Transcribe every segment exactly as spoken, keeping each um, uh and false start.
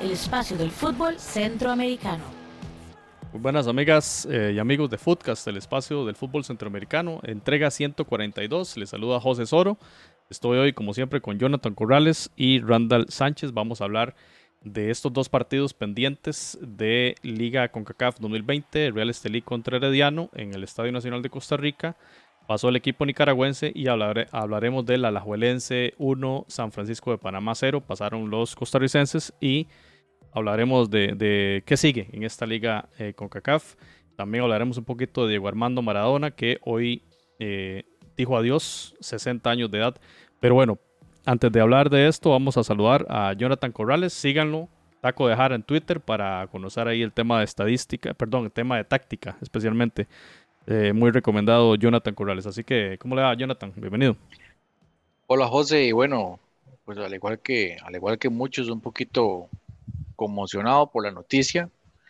el espacio del fútbol centroamericano. Muy buenas amigas eh, y amigos de Footcast, el espacio del fútbol centroamericano, entrega ciento cuarenta y dos. Les saluda José Soro. Estoy hoy como siempre con Jonathan Corrales y Randall Sánchez. Vamos a hablar de estos dos partidos pendientes de Liga CONCACAF dos mil veinte, Real Estelí contra Herediano en el Estadio Nacional de Costa Rica. Pasó el equipo nicaragüense y hablare, hablaremos del Alajuelense uno, San Francisco de Panamá cero. Pasaron los costarricenses y hablaremos de, de qué sigue en esta liga eh, CONCACAF. También hablaremos un poquito de Diego Armando Maradona, que hoy eh, dijo adiós, sesenta años de edad. Pero bueno, antes de hablar de esto, vamos a saludar a Jonathan Corrales. Síganlo, Taco de Jara en Twitter, para conocer ahí el tema de estadística, perdón, el tema de táctica especialmente. Eh, muy recomendado Jonathan Corrales. Así que, ¿cómo le va, Jonathan? Bienvenido. Hola José, y bueno, pues al igual que, al igual que muchos, un poquito conmocionado por la noticia.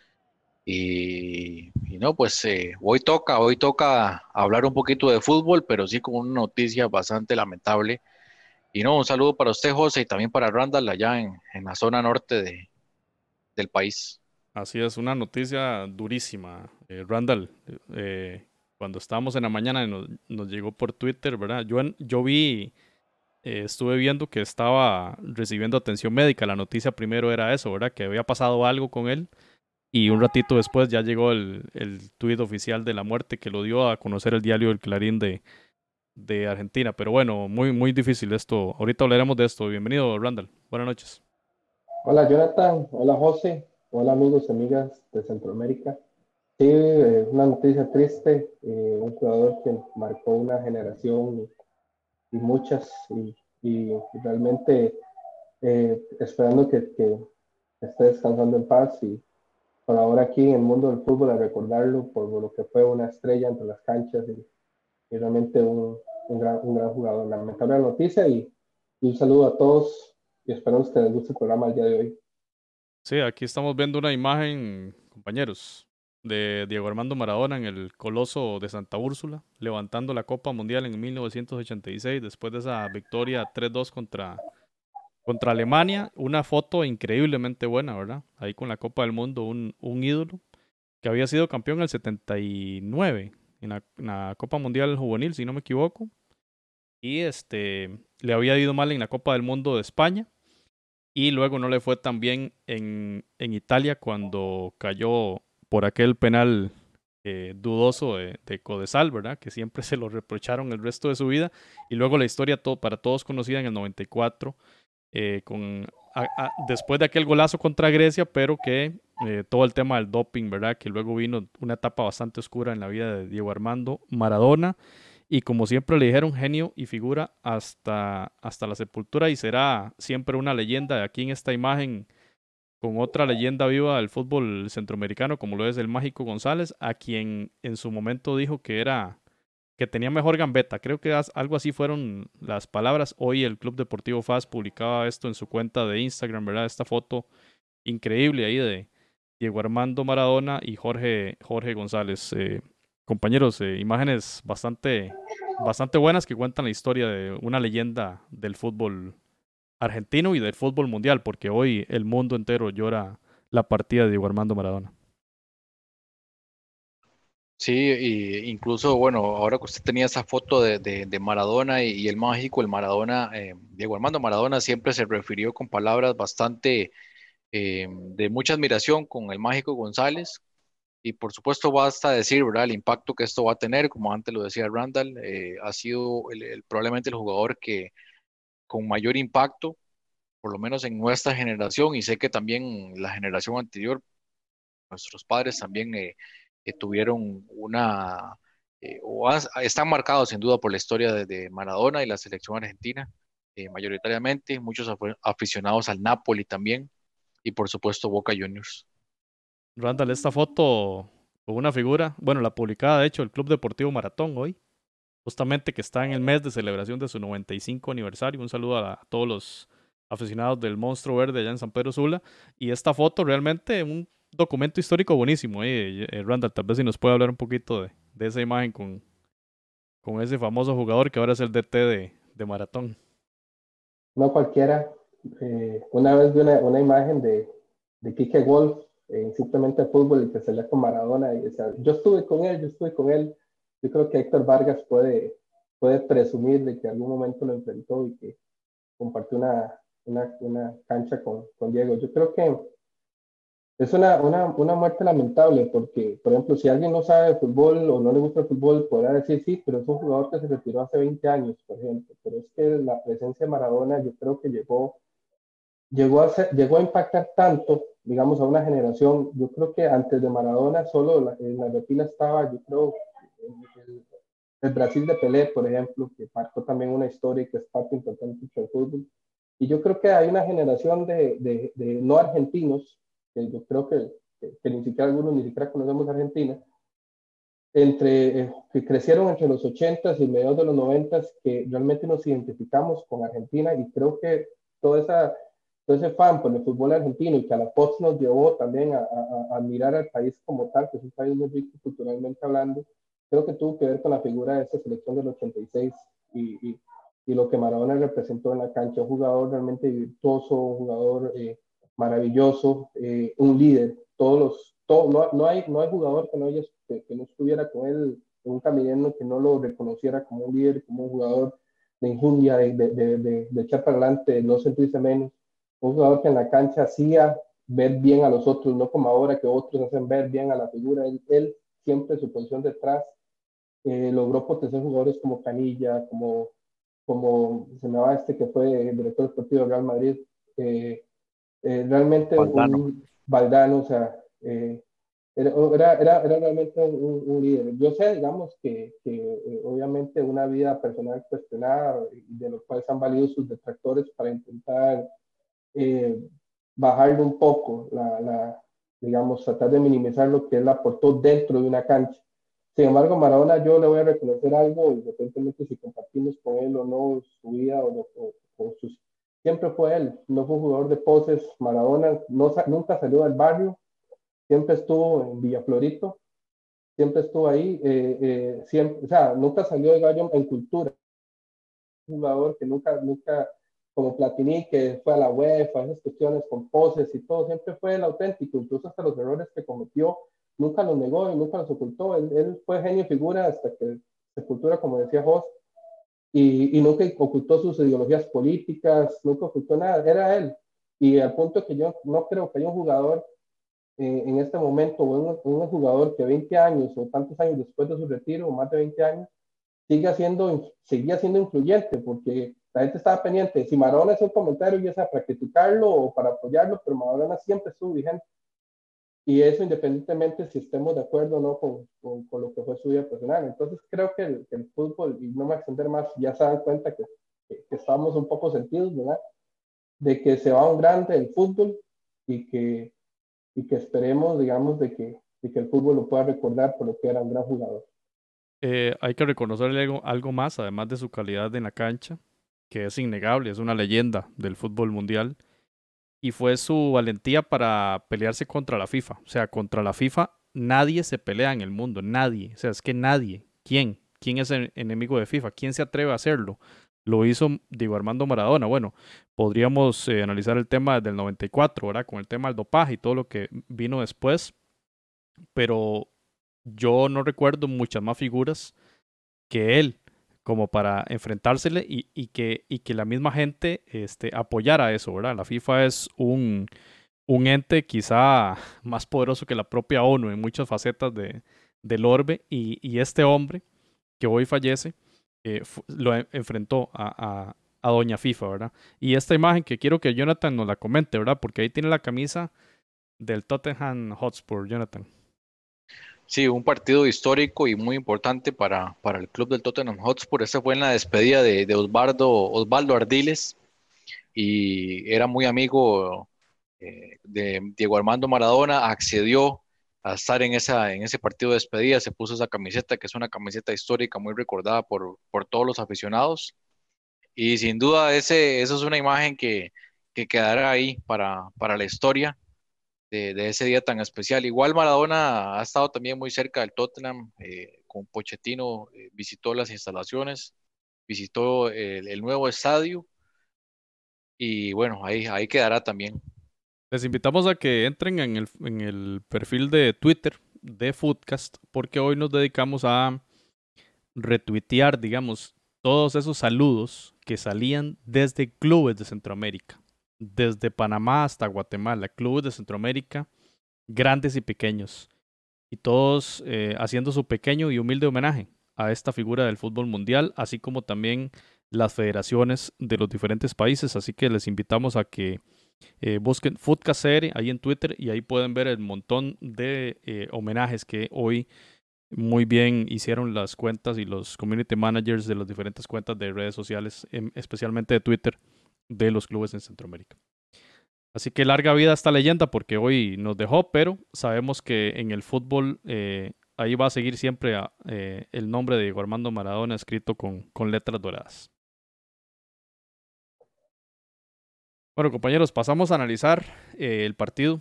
Y, y no, pues eh, hoy toca, hoy toca hablar un poquito de fútbol, pero sí con una noticia bastante lamentable. Y no, un saludo para usted, José, y también para Randall allá en, en la zona norte de, del país. Así es, una noticia durísima. Eh, Randall, eh, cuando estábamos en la mañana nos, nos llegó por Twitter, ¿verdad? Yo, en- yo vi, eh, estuve viendo que estaba recibiendo atención médica. La noticia primero era eso, ¿verdad? Que había pasado algo con él. Y un ratito después ya llegó el, el tuit oficial de la muerte, que lo dio a conocer el diario El Clarín de, de Argentina. Pero bueno, muy, muy difícil esto. Ahorita hablaremos de esto. Bienvenido, Randall. Buenas noches. Hola Jonathan, hola José, hola amigos y amigas de Centroamérica. Sí, eh, una noticia triste, eh, un jugador que marcó una generación y, y muchas, y, y realmente eh, esperando que, que esté descansando en paz y por ahora aquí en el mundo del fútbol a recordarlo por lo que fue una estrella entre las canchas y, y realmente un, un, gran, un gran jugador. Lamentable noticia y, y un saludo a todos y esperamos que les guste el programa el día de hoy. Sí, aquí estamos viendo una imagen, compañeros, de Diego Armando Maradona en el Coloso de Santa Úrsula, levantando la Copa Mundial en mil novecientos ochenta y seis, después de esa victoria tres dos contra, contra Alemania. Una foto increíblemente buena, ¿verdad? Ahí con la Copa del Mundo, un, un ídolo que había sido campeón en el setenta y nueve, en la, en la Copa Mundial Juvenil, si no me equivoco. Y este, le había ido mal en la Copa del Mundo de España. Y luego no le fue tan bien en, en Italia cuando cayó por aquel penal eh, dudoso de, de Codesal, ¿verdad? Que siempre se lo reprocharon el resto de su vida. Y luego la historia to- para todos conocida en el noventa y cuatro, eh, con, a- a- después de aquel golazo contra Grecia, pero que eh, todo el tema del doping, ¿verdad? Que luego vino una etapa bastante oscura en la vida de Diego Armando Maradona. Y como siempre le dijeron, genio y figura hasta, hasta la sepultura, y será siempre una leyenda aquí en esta imagen, con otra leyenda viva del fútbol centroamericano como lo es el Mágico González, a quien en su momento dijo que era que tenía mejor gambeta. Creo que as- algo así fueron las palabras. Hoy el Club Deportivo F A S publicaba esto en su cuenta de Instagram, ¿verdad? Esta foto increíble ahí de Diego Armando Maradona y Jorge, Jorge González. Eh, compañeros, eh, imágenes bastante, bastante buenas que cuentan la historia de una leyenda del fútbol argentino y del fútbol mundial, porque hoy el mundo entero llora la partida de Diego Armando Maradona. Sí, y incluso, bueno, ahora que usted tenía esa foto de, de, de Maradona y, y el mágico, el Maradona, eh, Diego Armando Maradona siempre se refirió con palabras bastante eh, de mucha admiración con el mágico González. Y por supuesto basta decir, ¿verdad? El impacto que esto va a tener, como antes lo decía Randall, eh, ha sido el- el- probablemente el jugador que con mayor impacto, por lo menos en nuestra generación, y sé que también la generación anterior, nuestros padres también eh, eh, tuvieron una, eh, o has- están marcados sin duda por la historia de, de Maradona y la selección argentina, eh, mayoritariamente, muchos afu- aficionados al Napoli también, y por supuesto Boca Juniors. Randall, esta foto con una figura, bueno, la publicada de hecho el Club Deportivo Maratón hoy, justamente que está en el mes de celebración de su noventa y cinco aniversario. Un saludo a, a todos los aficionados del Monstruo Verde allá en San Pedro Sula. Y esta foto realmente un documento histórico buenísimo. Eh, eh, Randall, tal vez si nos puede hablar un poquito de, de esa imagen con, con ese famoso jugador que ahora es el D T de, de Maratón. No cualquiera. Eh, una vez vi una, una imagen de, de Quique Wolf, eh, simplemente de fútbol, y que salía con Maradona y decía, yo estuve con él, yo estuve con él. Yo creo que Héctor Vargas puede, puede presumir de que algún momento lo enfrentó y que compartió una, una, una cancha con, con Diego. Yo creo que es una, una, una muerte lamentable porque, por ejemplo, si alguien no sabe de fútbol o no le gusta el fútbol, podrá decir sí, pero es un jugador que se retiró hace veinte años, por ejemplo. Pero es que la presencia de Maradona yo creo que llegó, llegó, a, ser, llegó a impactar tanto, digamos, a una generación. Yo creo que antes de Maradona solo la, en la repila estaba, yo creo, el, el Brasil de Pelé, por ejemplo, que marcó también una historia y que es parte importante del fútbol. Y yo creo que hay una generación de, de, de no argentinos, que yo creo que, que, que, ni siquiera algunos ni siquiera conocemos Argentina, entre, eh, que crecieron entre los ochentas y mediados de los noventas, que realmente nos identificamos con Argentina, y creo que toda esa, todo ese fan por el fútbol argentino y que a la post nos llevó también a, a, a admirar al país como tal, que es un país muy rico culturalmente hablando, creo que tuvo que ver con la figura de esa selección del ochenta y seis y, y, y lo que Maradona representó en la cancha, un jugador realmente virtuoso, un jugador eh, maravilloso, eh, un líder. Todos los, todo, no, no, hay, no hay jugador que no, haya, que, que no estuviera con él en un camerino que no lo reconociera como un líder, como un jugador de injundia, de, de, de, de, de echar para adelante, de no sentirse menos. Un jugador que en la cancha hacía ver bien a los otros, no como ahora que otros hacen ver bien a la figura. Él, él siempre su posición detrás, eh, logró potenciar jugadores como Canilla, como, como se me va este que fue el director deportivo del Real Madrid, eh, eh, realmente Valdano. un Valdano, o sea, eh, era, era, era, era, realmente un, un, líder. Yo sé, digamos, que, que eh, obviamente una vida personal cuestionada, de los cuales han valido sus detractores para intentar eh, bajarle un poco, la, la, digamos, tratar de minimizar lo que él aportó dentro de una cancha. Sin embargo, Maradona, yo le voy a reconocer algo, independientemente si compartimos con él o no su vida o, o, o sus... Siempre fue él, no fue un jugador de poses. Maradona no, nunca salió del barrio, siempre estuvo en Villaflorito, siempre estuvo ahí, eh, eh, siempre, o sea, nunca salió de gallo en cultura. Un jugador que nunca, nunca, como Platini, que fue a la UEFA, esas cuestiones con poses y todo, siempre fue el auténtico, incluso hasta los errores que cometió, nunca los negó y nunca los ocultó. Él, él fue genio figura hasta que sepultura, como decía Jos, y, y nunca ocultó sus ideologías políticas, nunca ocultó nada, era él. Y al punto que yo no creo que haya un jugador eh, en este momento, o un, un jugador que veinte años o tantos años después de su retiro, o más de veinte años, sigue siendo, seguía siendo influyente, porque la gente estaba pendiente. Si Maradona hace un comentario, ya sea para criticarlo o para apoyarlo, pero Maradona siempre estuvo vigente. Y eso independientemente si estemos de acuerdo o no con, con, con lo que fue su vida personal. Entonces creo que el, que el fútbol, y no me voy a extender más, ya se dan cuenta que, que, que estamos un poco sentidos, ¿verdad? De que se va un grande el fútbol y que, y que esperemos, digamos, de que, de que el fútbol lo pueda recordar por lo que era un gran jugador. Eh, hay que reconocerle algo, algo más, además de su calidad en la cancha, que es innegable, es una leyenda del fútbol mundial, y fue su valentía para pelearse contra la FIFA. O sea, contra la FIFA nadie se pelea en el mundo, nadie. O sea, es que nadie. ¿Quién? ¿Quién es el enemigo de FIFA? ¿Quién se atreve a hacerlo? Lo hizo Diego Armando Maradona. Bueno, podríamos eh, analizar el tema desde el noventa y cuatro, ¿verdad? Con el tema del dopaje y todo lo que vino después, pero yo no recuerdo muchas más figuras que él como para enfrentársele y, y, que, y que la misma gente este, apoyara eso, ¿verdad? La FIFA es un, un ente quizá más poderoso que la propia ONU en muchas facetas de, del orbe, y, y este hombre que hoy fallece eh, lo enfrentó a, a, a doña FIFA, ¿verdad? Y esta imagen que quiero que Jonathan nos la comente, ¿verdad? Porque ahí tiene la camisa del Tottenham Hotspur, Jonathan. Sí, un partido histórico y muy importante para, para el club del Tottenham Hotspur. Esa fue en la despedida de, de Osvaldo, Osvaldo Ardiles, y era muy amigo eh, de Diego Armando Maradona. Accedió a estar en, esa, en ese partido de despedida, se puso esa camiseta, que es una camiseta histórica muy recordada por, por todos los aficionados. Y sin duda ese, eso es una imagen que, que quedará ahí para, para la historia de, de ese día tan especial. Igual Maradona ha estado también muy cerca del Tottenham, eh, con Pochettino, eh, visitó las instalaciones, visitó el, el nuevo estadio, y bueno, ahí, ahí quedará también. Les invitamos a que entren en el, en el perfil de Twitter de Footcast, porque hoy nos dedicamos a retuitear, digamos, todos esos saludos que salían desde clubes de Centroamérica, desde Panamá hasta Guatemala, clubes de Centroamérica, grandes y pequeños, y todos eh, haciendo su pequeño y humilde homenaje a esta figura del fútbol mundial, así como también las federaciones de los diferentes países. Así que les invitamos a que eh, busquen Footcast C R ahí en Twitter y ahí pueden ver el montón de eh, homenajes que hoy muy bien hicieron las cuentas y los community managers de las diferentes cuentas de redes sociales, em, especialmente de Twitter, de los clubes en Centroamérica. Así que larga vida a esta leyenda porque hoy nos dejó, pero sabemos que en el fútbol eh, ahí va a seguir siempre a, eh, el nombre de Diego Armando Maradona escrito con, con letras doradas. Bueno, compañeros, pasamos a analizar eh, el partido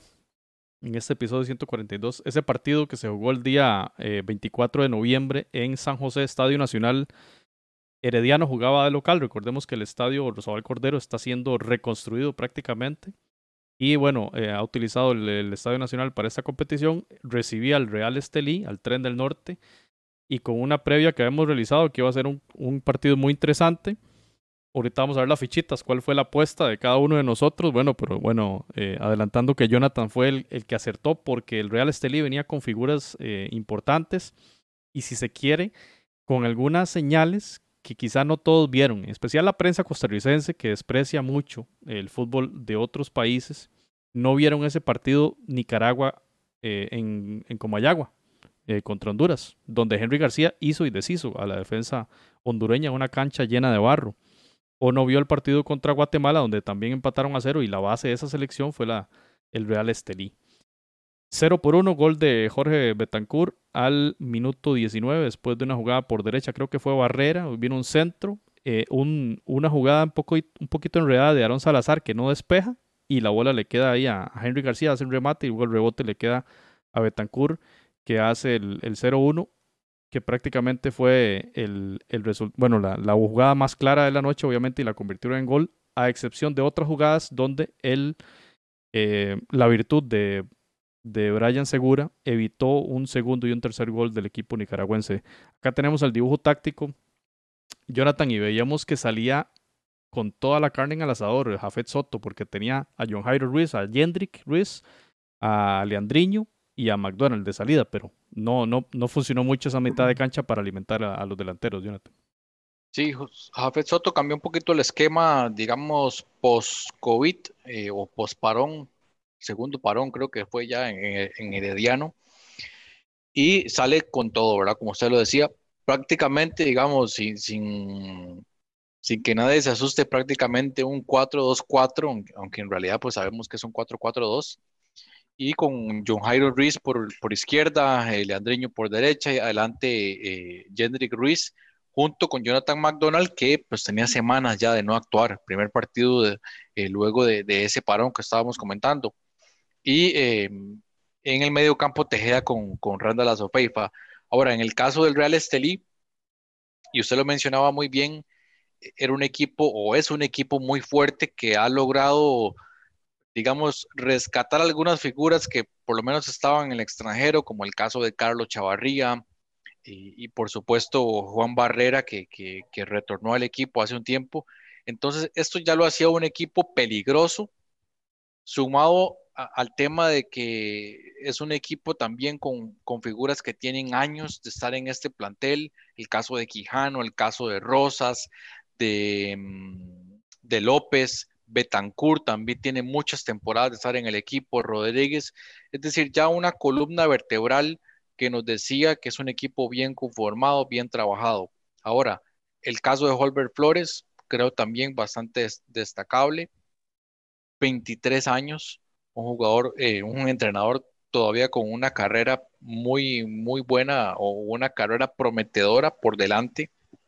en este episodio ciento cuarenta y dos. Ese partido que se jugó el día eh, veinticuatro de noviembre en San José, Estadio Nacional. Herediano jugaba de local. Recordemos que el estadio Rosabal Cordero está siendo reconstruido prácticamente. Y bueno, eh, ha utilizado el, el Estadio Nacional para esta competición. Recibía al Real Estelí, al Tren del Norte. Y con una previa que habíamos realizado que iba a ser un, un partido muy interesante. Ahorita vamos a ver las fichitas, cuál fue la apuesta de cada uno de nosotros. Bueno, pero bueno, eh, adelantando que Jonathan fue el, el que acertó porque el Real Estelí venía con figuras eh, importantes y si se quiere, con algunas señales que quizá no todos vieron, en especial la prensa costarricense que desprecia mucho el fútbol de otros países, no vieron ese partido Nicaragua eh, en, en Comayagua eh, contra Honduras, donde Henry García hizo y deshizo a la defensa hondureña en una cancha llena de barro. O no vio el partido contra Guatemala, donde también empataron a cero y la base de esa selección fue la, el Real Estelí. cero por uno, gol de Jorge Betancourt al minuto diecinueve, después de una jugada por derecha, creo que fue Barrera, vino un centro, eh, un, una jugada un, poco, un poquito enredada de Aarón Salazar que no despeja y la bola le queda ahí a, a Henry García, hace un remate y luego el rebote le queda a Betancourt que hace el, el cero uno. Que prácticamente fue el, el result- bueno, la, la jugada más clara de la noche, obviamente, y la convirtieron en gol, a excepción de otras jugadas donde él, eh, la virtud de, de Brian Segura evitó un segundo y un tercer gol del equipo nicaragüense. Acá tenemos el dibujo táctico, Jonathan, y veíamos que salía con toda la carne en el asador, Jafet Soto, porque tenía a John Jairo Ruiz, a Jendrick Ruiz, a Leandriño y a McDonald de salida, pero no, no, no funcionó mucho esa mitad de cancha para alimentar a, a los delanteros, Jonathan. Sí, Jafet Soto cambió un poquito el esquema, digamos, post-COVID eh, o post-parón, segundo parón creo que fue ya en, en Herediano, y sale con todo, ¿verdad? Como usted lo decía, prácticamente, digamos, sin, sin, sin que nadie se asuste, prácticamente un cuatro dos cuatro, aunque aunque en realidad pues sabemos que es un cuatro cuatro dos, y con John Jairo Ruiz por, por izquierda, eh, Leandriño por derecha, y adelante eh, Jendrick Ruiz, junto con Jonathan McDonald, que pues tenía semanas ya de no actuar, primer partido de, eh, luego de, de, ese parón que estábamos comentando. Y eh, en el medio campo Tejeda con, con Randall Azofeifa. Ahora, en el caso del Real Estelí, y usted lo mencionaba muy bien, era un equipo o es un equipo muy fuerte que ha logrado, digamos, rescatar algunas figuras que por lo menos estaban en el extranjero, como el caso de Carlos Chavarría y, y por supuesto Juan Barrera, que, que, que retornó al equipo hace un tiempo. Entonces, esto ya lo hacía un equipo peligroso, sumado a, al tema de que es un equipo también con, con figuras que tienen años de estar en este plantel, el caso de Quijano, el caso de Rosas, de, de López, Betancourt también tiene muchas temporadas de estar en el equipo, Rodríguez, es decir, ya una columna vertebral que nos decía que es un equipo bien conformado, bien trabajado. Ahora, el caso de Holbert Flores, creo también bastante destacable, veintitrés años, un jugador, eh, un entrenador todavía con una carrera muy, muy buena o una carrera prometedora por delante.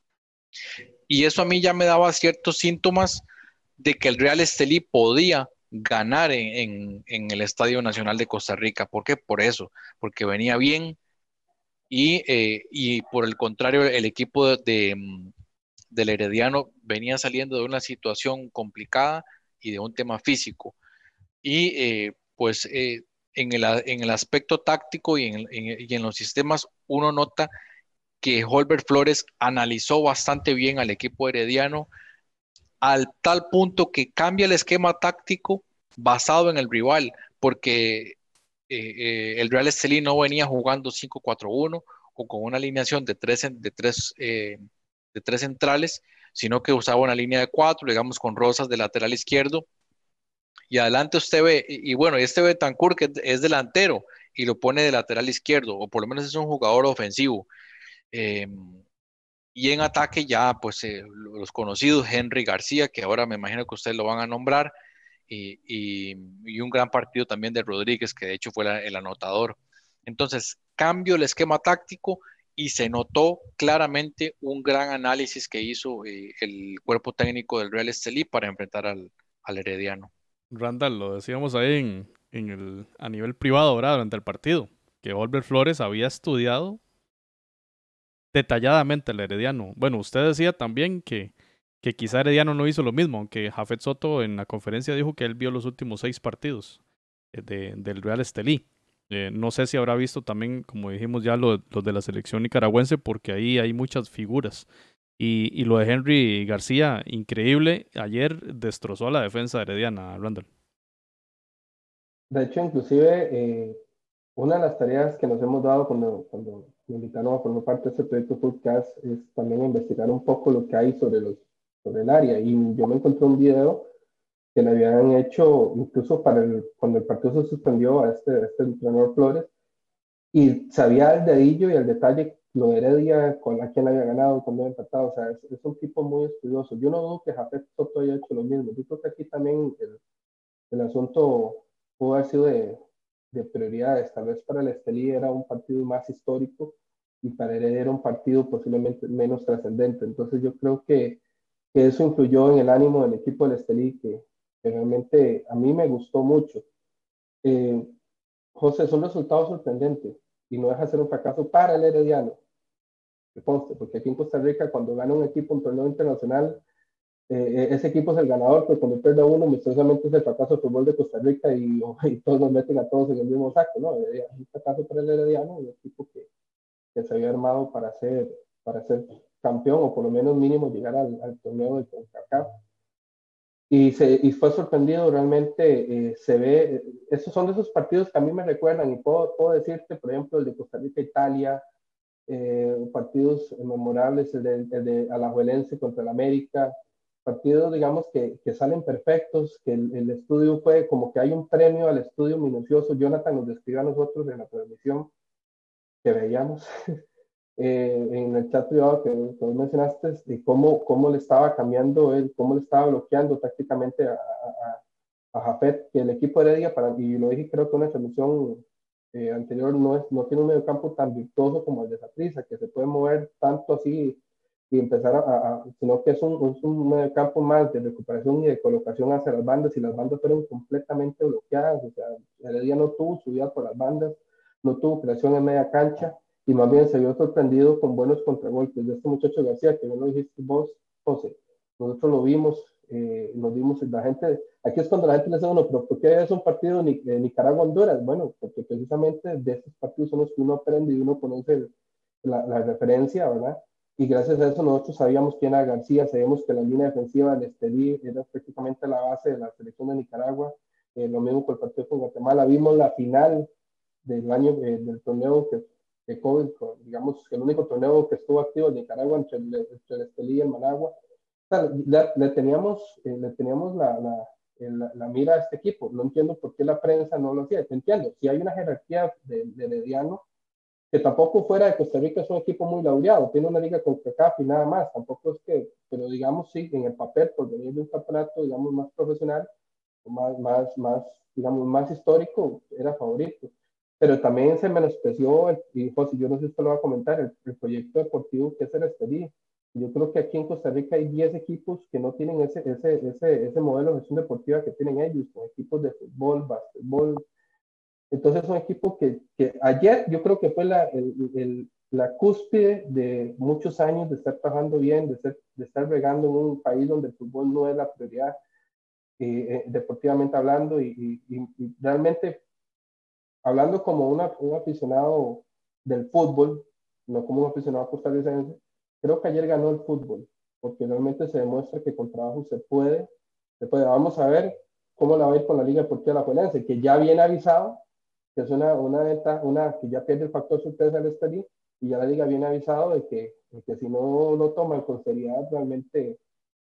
Y eso a mí ya me daba ciertos síntomas de que el Real Estelí podía ganar en, en, en el Estadio Nacional de Costa Rica. ¿Por qué? Por eso, porque venía bien y, eh, y por el contrario, el equipo de, de, del Herediano venía saliendo de una situación complicada y de un tema físico. y eh, pues eh, en, el, en el aspecto táctico y en, en, y en los sistemas uno nota que Holbert Flores analizó bastante bien al equipo herediano al tal punto que cambia el esquema táctico basado en el rival, porque eh, eh, el Real Estelí no venía jugando cinco cuatro uno o con una alineación de tres, de tres, eh, de tres centrales, sino que usaba una línea de cuatro, digamos, con Rosas de lateral izquierdo. Y adelante usted ve, y, y bueno, este Bentancur que es delantero y lo pone de lateral izquierdo, o por lo menos es un jugador ofensivo. Eh, y en ataque ya, pues eh, los conocidos, Henry García, que ahora me imagino que ustedes lo van a nombrar, y, y, y un gran partido también de Rodríguez, que de hecho fue la, el anotador. Entonces, cambio el esquema táctico y se notó claramente un gran análisis que hizo eh, el cuerpo técnico del Real Estelí para enfrentar al, al Herediano. Randall, lo decíamos ahí en, en el, a nivel privado, ¿verdad? Durante el partido, que Holbert Flores había estudiado detalladamente el Herediano. Bueno, usted decía también que, que quizá Herediano no hizo lo mismo, aunque Jafet Soto en la conferencia dijo que él vio los últimos seis partidos eh, de, del Real Estelí. Eh, no sé si habrá visto también, como dijimos ya, los lo de la selección nicaragüense, porque ahí hay muchas figuras. Y, y lo de Henry García, increíble. Ayer destrozó a la defensa herediana, Randall. De hecho, inclusive, eh, una de las tareas que nos hemos dado cuando, cuando me invitaron a formar parte de este proyecto podcast es también investigar un poco lo que hay sobre, los, sobre el área. Y yo me encontré un video que le habían hecho incluso para el, cuando el partido se suspendió a este, a este entrenador Flores, y sabía al dedillo y al detalle lo de Heredia, con a quién había ganado, cuándo había empatado. O sea, es, es un tipo muy estudioso. Yo no dudo que Jafet Soto haya hecho lo mismo. Yo creo que aquí también el, el asunto pudo haber sido de, de prioridades. Tal vez para el Estelí era un partido más histórico y para Heredia era un partido posiblemente menos trascendente. Entonces yo creo que, que eso influyó en el ánimo del equipo del Estelí, que, que realmente a mí me gustó mucho. Eh, José, es un resultado sorprendente y no deja de ser un fracaso para el Herediano, que conste, porque aquí en Costa Rica, cuando gana un equipo un torneo internacional, eh, ese equipo es el ganador, pues cuando pierde uno, misteriosamente es el fracaso del fútbol de Costa Rica y, y todos nos meten a todos en el mismo saco, ¿no? Es un fracaso para el Herediano, un equipo que, que se había armado para ser, para ser campeón o por lo menos mínimo llegar al, al torneo de CONCACAF. Y, se, y fue sorprendido realmente, eh, se ve, esos son de esos partidos que a mí me recuerdan y puedo, puedo decirte, por ejemplo, el de Costa Rica-Italia, eh, partidos memorables, el de, el de Alajuelense contra el América, partidos, digamos, que, que salen perfectos, que el, el, estudio fue como que hay un premio al estudio minucioso. Jonathan nos describió a nosotros en la transmisión que veíamos eh, en el chat privado que, que vos mencionaste, de cómo, cómo le estaba cambiando él, cómo le estaba bloqueando tácticamente a, a, a Jafet, que el equipo de Heredia, para, y lo dije creo que una transmisión eh, anterior, no, es, no tiene un mediocampo tan virtuoso como el de Saprissa, que se puede mover tanto así y empezar a, a sino que es un, es un mediocampo más de recuperación y de colocación hacia las bandas, y las bandas fueron completamente bloqueadas. O sea, Heredia no tuvo subida por las bandas, no tuvo creación en media cancha, y más bien se vio sorprendido con buenos contragolpes de este muchacho García, que no lo dijiste vos, José. Nosotros lo vimos, eh, nos vimos, la gente, aquí es cuando la gente le dice, bueno, pero ¿por qué es un partido de Nicaragua-Honduras? Bueno, porque precisamente de estos partidos son los que uno aprende y uno conoce la, la referencia, ¿verdad? Y gracias a eso nosotros sabíamos quién era García, sabíamos que la línea defensiva del Estelí era prácticamente la base de la selección de Nicaragua, eh, lo mismo con el partido con Guatemala. Vimos la final del año eh, del torneo que, de COVID, digamos, el único torneo que estuvo activo en Nicaragua entre el, entre el Estelí y el Managua. O sea, le, le teníamos, eh, le teníamos la, la, la, la, mira a este equipo. No entiendo por qué la prensa no lo hacía. Te entiendo, si hay una jerarquía de, de Herediano, que tampoco fuera de Costa Rica es un equipo muy laureado, tiene una liga con CONCACAF y nada más, tampoco es que, pero digamos sí, en el papel, por venir de un campeonato, digamos, más profesional, más, más, más, digamos, más histórico, era favorito. Pero también se menospreció, el, y José, yo no sé si usted lo va a comentar, el, el proyecto deportivo que es el Estelí. Yo creo que aquí en Costa Rica hay diez equipos que no tienen ese, ese, ese, ese modelo de gestión deportiva que tienen ellos, con equipos de fútbol, básquetbol. Entonces es un equipo que, que ayer yo creo que fue la, el, el, la cúspide de muchos años de estar trabajando bien, de, ser, de estar regando en un país donde el fútbol no es la prioridad. eh, deportivamente hablando, y, y, y realmente hablando como una, un aficionado del fútbol, no como un aficionado costarricense, creo que ayer ganó el fútbol, porque realmente se demuestra que con trabajo se puede, se puede. Vamos a ver cómo la va a ir con la Liga Deportiva Alajuelense, que ya viene avisado, que es una, una, venta, una que ya pierde el factor sorpresa del Estelí, y ya la Liga viene avisado de que, de que si no lo toman con seriedad, realmente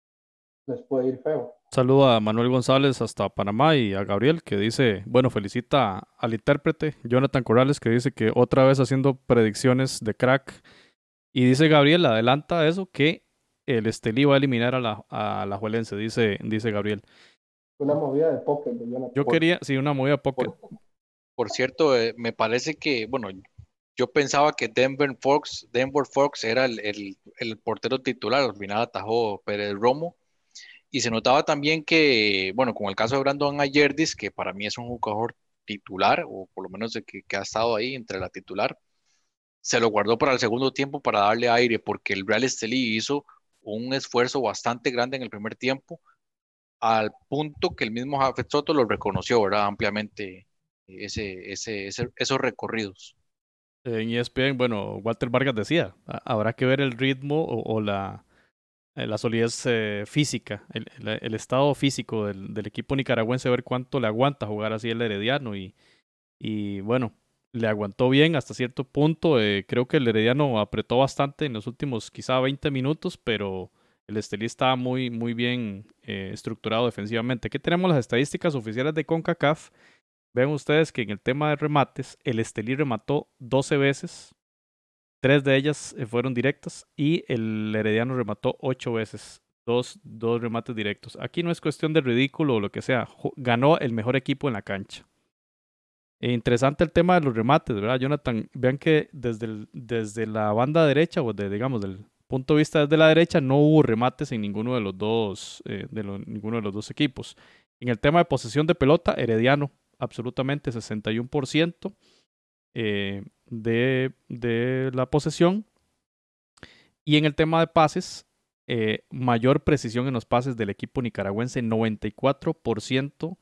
les puede ir feo. Saludo a Manuel González hasta Panamá y a Gabriel que dice, bueno, felicita al intérprete Jonathan Corrales que dice que otra vez haciendo predicciones de crack. Y dice Gabriel, adelanta eso, que el Estelí va a eliminar a la, a la Juelense, dice, dice Gabriel. Una movida de póker de Jonathan. Yo Por, quería, sí, una movida pocket. por, por cierto, eh, me parece que, bueno, yo pensaba que Denver Fox, Denver Fox era el, el, el portero titular, al final atajó Pérez Romo. Y se notaba también que, bueno, con el caso de Brandon Ayerdis, que para mí es un jugador titular, o por lo menos de que, que ha estado ahí entre la titular, se lo guardó para el segundo tiempo para darle aire, porque el Real Estelí hizo un esfuerzo bastante grande en el primer tiempo, al punto que el mismo Jafet Soto lo reconoció, ¿verdad? Ampliamente ese, ese, ese, esos recorridos. En E S P N, bueno, Walter Vargas decía, habrá que ver el ritmo o, o la, la solidez eh, física, el, el, el, estado físico del, del equipo nicaragüense, ver cuánto le aguanta jugar así el Herediano y, y bueno, le aguantó bien hasta cierto punto. Eh, creo que el Herediano apretó bastante en los últimos quizá veinte minutos, pero el Estelí estaba muy, muy bien eh, estructurado defensivamente. Aquí tenemos las estadísticas oficiales de CONCACAF. Ven ustedes que en el tema de remates, el Estelí remató doce veces, tres de ellas fueron directas y el Herediano remató ocho veces, dos, dos remates directos. Aquí no es cuestión de ridículo o lo que sea, ganó el mejor equipo en la cancha. E interesante el tema de los remates, ¿verdad, Jonathan? Vean que desde, el, desde la banda derecha, o de, digamos, del punto de vista desde la derecha, no hubo remates en ninguno de los dos, eh, de lo, ninguno de los dos equipos. En el tema de posesión de pelota, Herediano, absolutamente sesenta y uno por ciento eh, de, de la posesión. Y en el tema de pases, eh, mayor precisión en los pases del equipo nicaragüense, noventa y cuatro por ciento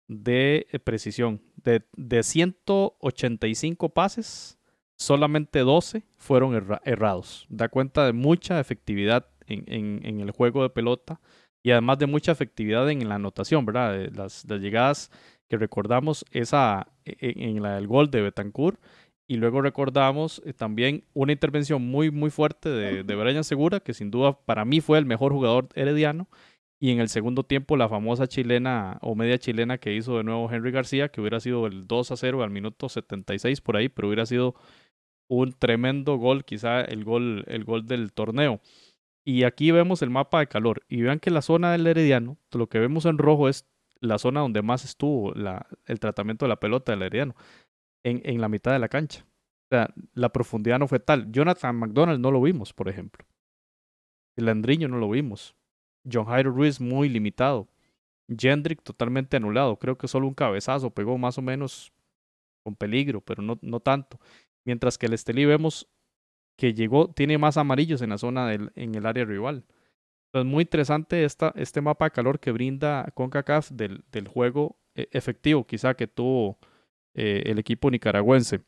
de precisión. De, de ciento ochenta y cinco pases, solamente doce fueron erra errados. Da cuenta de mucha efectividad en, en, en, el juego de pelota y además de mucha efectividad en la anotación, ¿verdad? Las, las llegadas que recordamos, esa en, en la del gol de Betancourt, y luego recordamos eh, también una intervención muy, muy fuerte de, de Brian Segura, que sin duda para mí fue el mejor jugador herediano. Y en el segundo tiempo la famosa chilena o media chilena que hizo de nuevo Henry García, que hubiera sido el dos a cero al minuto setenta y seis por ahí, pero hubiera sido un tremendo gol, quizá el gol, el gol del torneo. Y aquí vemos el mapa de calor. Y vean que la zona del Herediano, lo que vemos en rojo es la zona donde más estuvo la, el tratamiento de la pelota del Herediano, en, en la mitad de la cancha. O sea, la profundidad no fue tal. Jonathan McDonald no lo vimos, por ejemplo. El Andriño no lo vimos. John Jairo Ruiz muy limitado. Jendrick totalmente anulado. Creo que solo un cabezazo pegó más o menos con peligro, pero no, no tanto. Mientras que el Estelí vemos que llegó, tiene más amarillos en la zona del, en el área rival. Entonces muy interesante esta, este mapa de calor que brinda CONCACAF del, del juego eh, efectivo quizá que tuvo eh, el equipo nicaragüense.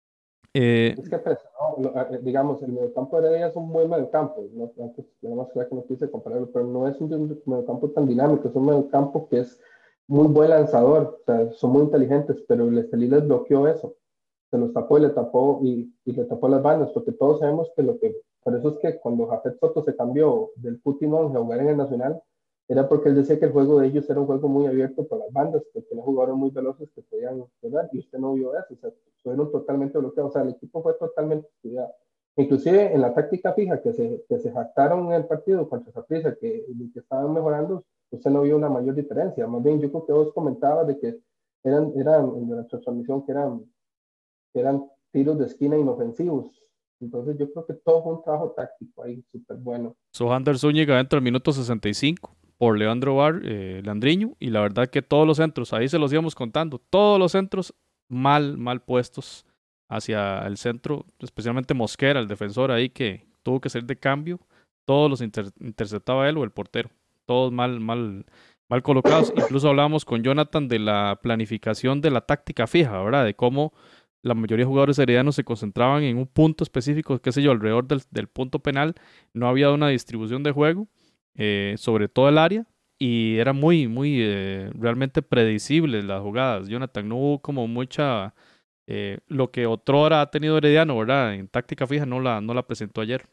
Eh, es que, pues, no, digamos, el mediocampo de Heredia es un buen mediocampo, no, antes, nada más que no quise compararlo, pero no es un mediocampo tan dinámico, es un mediocampo que es muy buen lanzador, o sea, son muy inteligentes, pero el Estelí les bloqueó eso, se los tapó y le tapó, y, y le tapó las bandas, porque todos sabemos que lo que, por eso es que cuando Jafet Soto se cambió del Putimón a jugar en el Nacional, era porque él decía que el juego de ellos era un juego muy abierto por las bandas, que tenía jugadores muy veloces que podían jugar, y usted no vio eso, o sea, fueron totalmente bloqueados, o sea, el equipo fue totalmente estudiado. Inclusive en la táctica fija que se, que se jactaron en el partido contra Saprissa, que, que estaban mejorando, usted no vio una mayor diferencia, más bien yo creo que vos comentabas de que eran, eran en nuestra transmisión que eran, que eran tiros de esquina inofensivos. Entonces yo creo que todo fue un trabajo táctico ahí, súper bueno. Sohander Zúñiga entra al minuto sesenta y cinco por Leandro Bar, eh, Landriño, y la verdad que todos los centros, ahí se los íbamos contando, todos los centros mal, mal puestos hacia el centro, especialmente Mosquera, el defensor ahí que tuvo que ser de cambio, todos los inter interceptaba él o el portero, todos mal, mal, mal colocados. Incluso hablábamos con Jonathan de la planificación de la táctica fija, ¿verdad? De cómo la mayoría de jugadores heredianos se concentraban en un punto específico, qué sé yo, alrededor del, del punto penal. No había una distribución de juego eh, sobre todo el área y era muy, muy eh, realmente predecible las jugadas. Jonathan, no hubo como mucha... Eh, lo que otrora ha tenido Herediano, ¿verdad? En táctica fija no la, no la presentó ayer.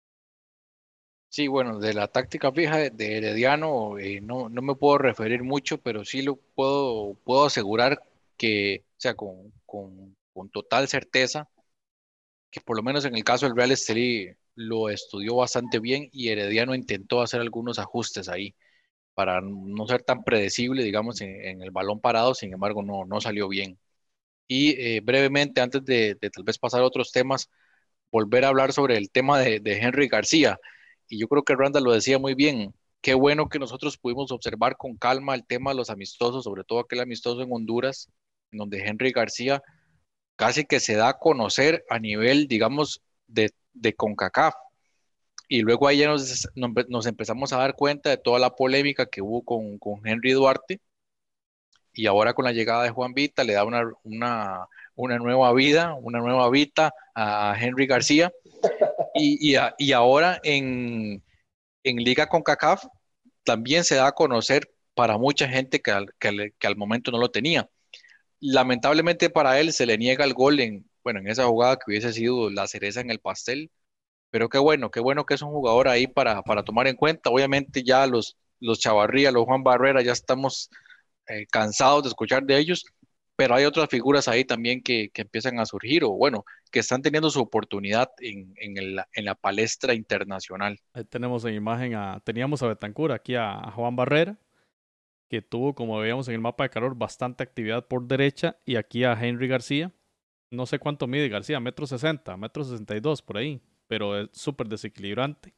Sí, bueno, de la táctica fija de, de Herediano eh, no, no me puedo referir mucho, pero sí lo puedo, puedo asegurar que, o sea, con, con, con total certeza, que por lo menos en el caso del Real Estelí lo estudió bastante bien y Herediano intentó hacer algunos ajustes ahí para no ser tan predecible, digamos, en, en el balón parado, sin embargo, no, no salió bien. Y eh, brevemente, antes de, de tal vez pasar a otros temas, volver a hablar sobre el tema de, de Henry García. Y yo creo que Randall lo decía muy bien. Qué bueno que nosotros pudimos observar con calma el tema de los amistosos, sobre todo aquel amistoso en Honduras, en donde Henry García casi que se da a conocer a nivel, digamos, de, de CONCACAF. Y luego ahí ya nos, nos empezamos a dar cuenta de toda la polémica que hubo con, con Henry Duarte. Y ahora con la llegada de Juan Vita le da una, una, una nueva vida, una nueva vida a Henry García. Y, y, a, y ahora en, en Liga CONCACAF también se da a conocer para mucha gente que al, que, al, que al momento no lo tenía. Lamentablemente para él se le niega el gol en, bueno, en esa jugada que hubiese sido la cereza en el pastel, pero qué bueno, qué bueno que es un jugador ahí para, para tomar en cuenta. Obviamente ya los, los Chavarría, los Juan Barrera, ya estamos eh, cansados de escuchar de ellos, pero hay otras figuras ahí también que, que empiezan a surgir o bueno, que están teniendo su oportunidad en, en, el, en la palestra internacional. Ahí tenemos en imagen a, teníamos a Betancur, aquí a, a Juan Barrera, que tuvo, como veíamos en el mapa de calor, bastante actividad por derecha, y aquí a Henry García. No sé cuánto mide García, metro sesenta, metro sesenta y dos por ahí, pero es súper desequilibrante.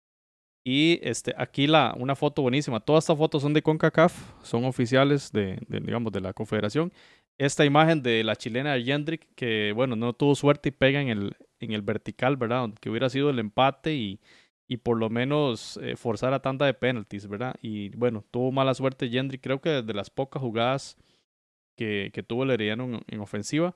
Y este, aquí la, una foto buenísima. Todas estas fotos son de CONCACAF, son oficiales de, de, digamos, de la Confederación. Esta imagen de la chilena de Jendrik, que bueno, no tuvo suerte y pega en el, en el vertical, ¿verdad? Que hubiera sido el empate y, y por lo menos eh, forzar a tanda de penalties, ¿verdad? Y bueno, tuvo mala suerte Jendrik, creo que desde las pocas jugadas que, que tuvo el Herediano en, en ofensiva.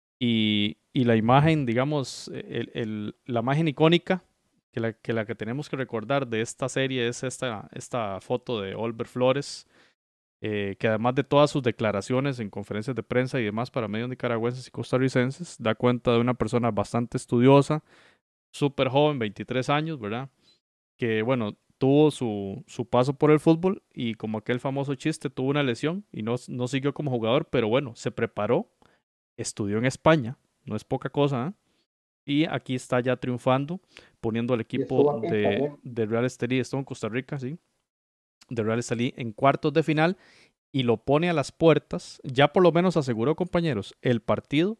Y, y la imagen, digamos, el, el, la imagen icónica que la, que la que tenemos que recordar de esta serie es esta, esta foto de Oliver Flores, eh, que además de todas sus declaraciones en conferencias de prensa y demás para medios nicaragüenses y costarricenses, da cuenta de una persona bastante estudiosa, súper joven, veintitrés años, ¿verdad? Que, bueno, tuvo su, su paso por el fútbol y como aquel famoso chiste, tuvo una lesión y no, no siguió como jugador, pero bueno, se preparó, estudió en España, no es poca cosa, ¿eh? Y aquí está ya triunfando, poniendo al Y estuvo equipo aquí de, también. de Real Estelí, estuvo en Costa Rica, sí, de Real Estelí en cuartos de final y lo pone a las puertas. Ya por lo menos aseguró, compañeros, el partido,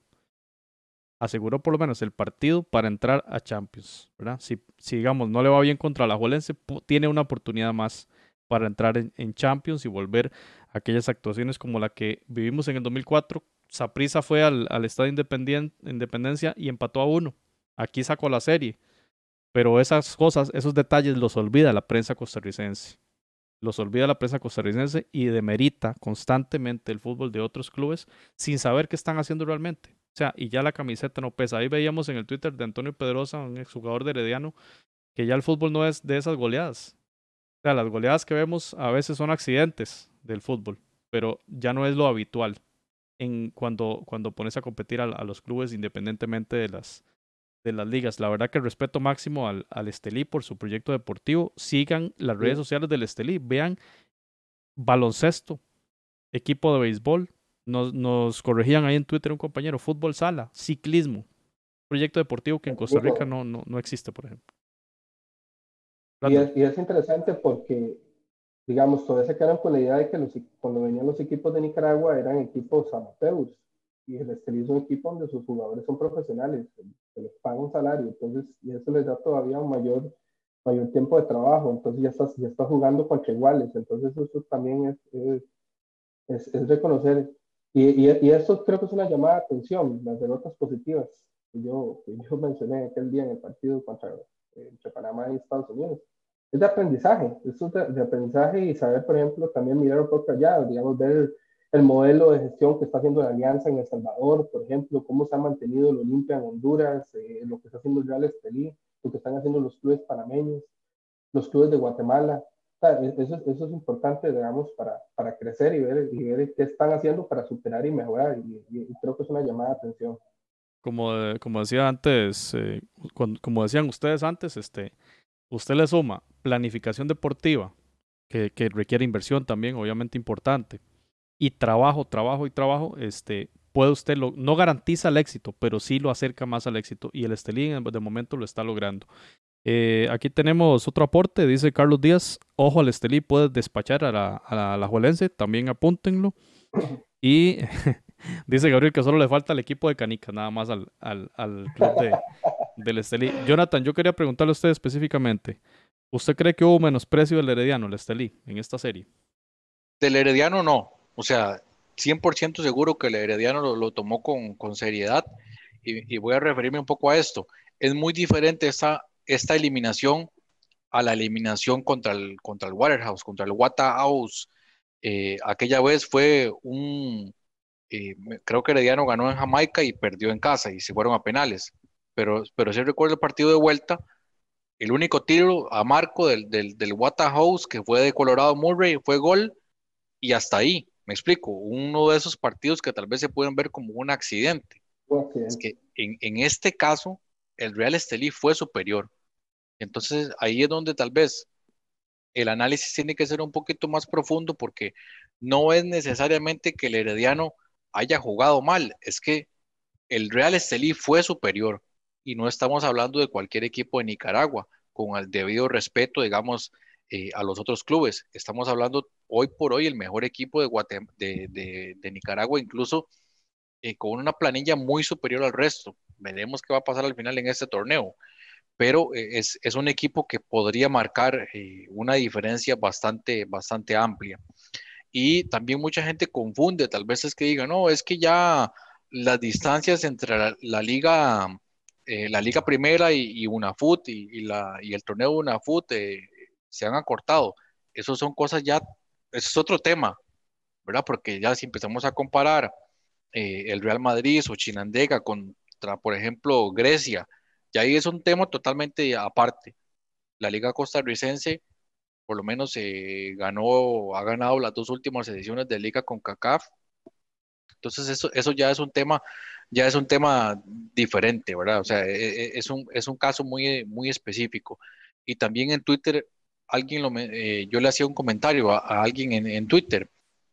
aseguró por lo menos el partido para entrar a Champions, ¿verdad? Si, si digamos, no le va bien contra la Juelense, tiene una oportunidad más para entrar en, en Champions y volver a aquellas actuaciones como la que vivimos en el dos mil cuatro. Saprissa fue al, al Estadio Independencia y empató a uno. Aquí sacó la serie. Pero esas cosas, esos detalles los olvida la prensa costarricense. Los olvida la prensa costarricense y demerita constantemente el fútbol de otros clubes sin saber qué están haciendo realmente. O sea, y ya la camiseta no pesa. Ahí veíamos en el Twitter de Antonio Pedrosa, un exjugador de Herediano, que ya el fútbol no es de esas goleadas. O sea, las goleadas que vemos a veces son accidentes del fútbol, pero ya no es lo habitual en cuando, cuando pones a competir a, a los clubes independientemente de las, de las ligas. La verdad que el respeto máximo al, al Estelí por su proyecto deportivo. Sigan las redes Sí. sociales del Estelí, vean baloncesto, equipo de béisbol. Nos, nos corregían ahí en Twitter un compañero, fútbol sala, ciclismo, proyecto deportivo que en Costa Rica no, no, no existe, por ejemplo. Y Randall. es, y es interesante porque, digamos, todavía se quedaron con la idea de que los, cuando venían los equipos de Nicaragua eran equipos amateurs. Y el Estelí es un equipo donde sus jugadores son profesionales, se les paga un salario, entonces, y eso les da todavía un mayor, mayor tiempo de trabajo, entonces ya estás, ya estás jugando contra iguales, entonces eso también es, es, es, es reconocer. Y, y, y esto creo que es una llamada de atención, las derrotas positivas que yo, que yo mencioné aquel día en el partido contra, eh, entre Panamá y Estados Unidos. es de aprendizaje, eso es de, de aprendizaje y saber, por ejemplo, también mirar un poco allá, digamos, ver el, el modelo de gestión que está haciendo la Alianza en El Salvador, por ejemplo, cómo se ha mantenido el Olimpia en Honduras, eh, lo que está haciendo el Real Estelí, lo que están haciendo los clubes panameños, los clubes de Guatemala. O sea, eso, eso es importante, digamos, para, para crecer y ver, y ver qué están haciendo para superar y mejorar, y, y, y creo que es una llamada de atención. Como, de- como decía antes, eh, cuando- como decían ustedes antes, este, usted le suma planificación deportiva, que, que requiere inversión también, obviamente importante, y trabajo, trabajo y trabajo, este, puede usted, lo, no garantiza el éxito, pero sí lo acerca más al éxito, y el Estelí de momento lo está logrando. Eh, aquí tenemos otro aporte, dice Carlos Díaz, ojo al Estelí, puede despachar a la, a la, a la Juelense, también apúntenlo. Y dice Gabriel que solo le falta el equipo de canicas, nada más al, al, al club de, del Estelí. Jonathan, yo quería preguntarle a usted específicamente, ¿usted cree que hubo menosprecio del Herediano, el Estelí, en esta serie? Del Herediano no, o sea, cien por ciento seguro que el Herediano lo, lo tomó con, con seriedad y, y voy a referirme un poco a esto. Es muy diferente esta, esta eliminación a la eliminación contra el, contra el Waterhouse, contra el Waterhouse. Eh, aquella vez fue un, eh, creo que Herediano ganó en Jamaica y perdió en casa y se fueron a penales. Pero, pero sí recuerdo el partido de vuelta, el único tiro a marco del, del, del Waterhouse que fue de Colorado Murray fue gol y hasta ahí, me explico, uno de esos partidos que tal vez se pueden ver como un accidente. Un Es accidente. que en, en este caso, el Real Estelí fue superior. Entonces ahí es donde tal vez el análisis tiene que ser un poquito más profundo porque no es necesariamente que el Herediano haya jugado mal, es que el Real Estelí fue superior y no estamos hablando de cualquier equipo de Nicaragua, con el debido respeto, digamos, eh, a los otros clubes. Estamos hablando hoy por hoy el mejor equipo de, Guatem de, de, de Nicaragua, incluso eh, con una planilla muy superior al resto. Veremos qué va a pasar al final en este torneo, pero eh, es, es, un equipo que podría marcar eh, una diferencia bastante, bastante amplia. Y también mucha gente confunde, tal vez es que diga, no, es que ya las distancias entre la, la liga, eh, la liga primera y, y UNAFUT y, y, la, y el torneo de UNAFUT eh, se han acortado. Eso son cosas ya, eso es otro tema, ¿verdad? Porque ya si empezamos a comparar eh, el Real Madrid o Chinandega contra, por ejemplo, Grecia, ya ahí es un tema totalmente aparte. La liga costarricense por lo menos eh, ganó, ha ganado las dos últimas ediciones de Liga con CACAF. Entonces eso, eso ya es un tema, ya es un tema diferente, ¿verdad? O sea, e, e, es un, es un caso muy, muy específico. Y también en Twitter, alguien lo, eh, yo le hacía un comentario a, a alguien en, en Twitter,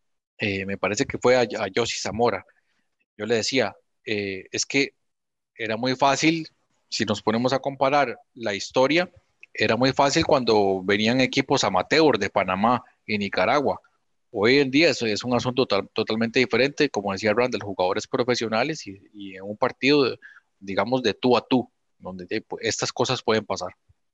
eh, me parece que fue a, a Yossi Zamora. Yo le decía, eh, es que era muy fácil, si nos ponemos a comparar la historia, era muy fácil cuando venían equipos amateur de Panamá y Nicaragua. Hoy en día eso es un asunto to totalmente diferente, como decía Randall, jugadores profesionales y, y en un partido, de, digamos, de tú a tú, donde de, pues, estas cosas pueden pasar.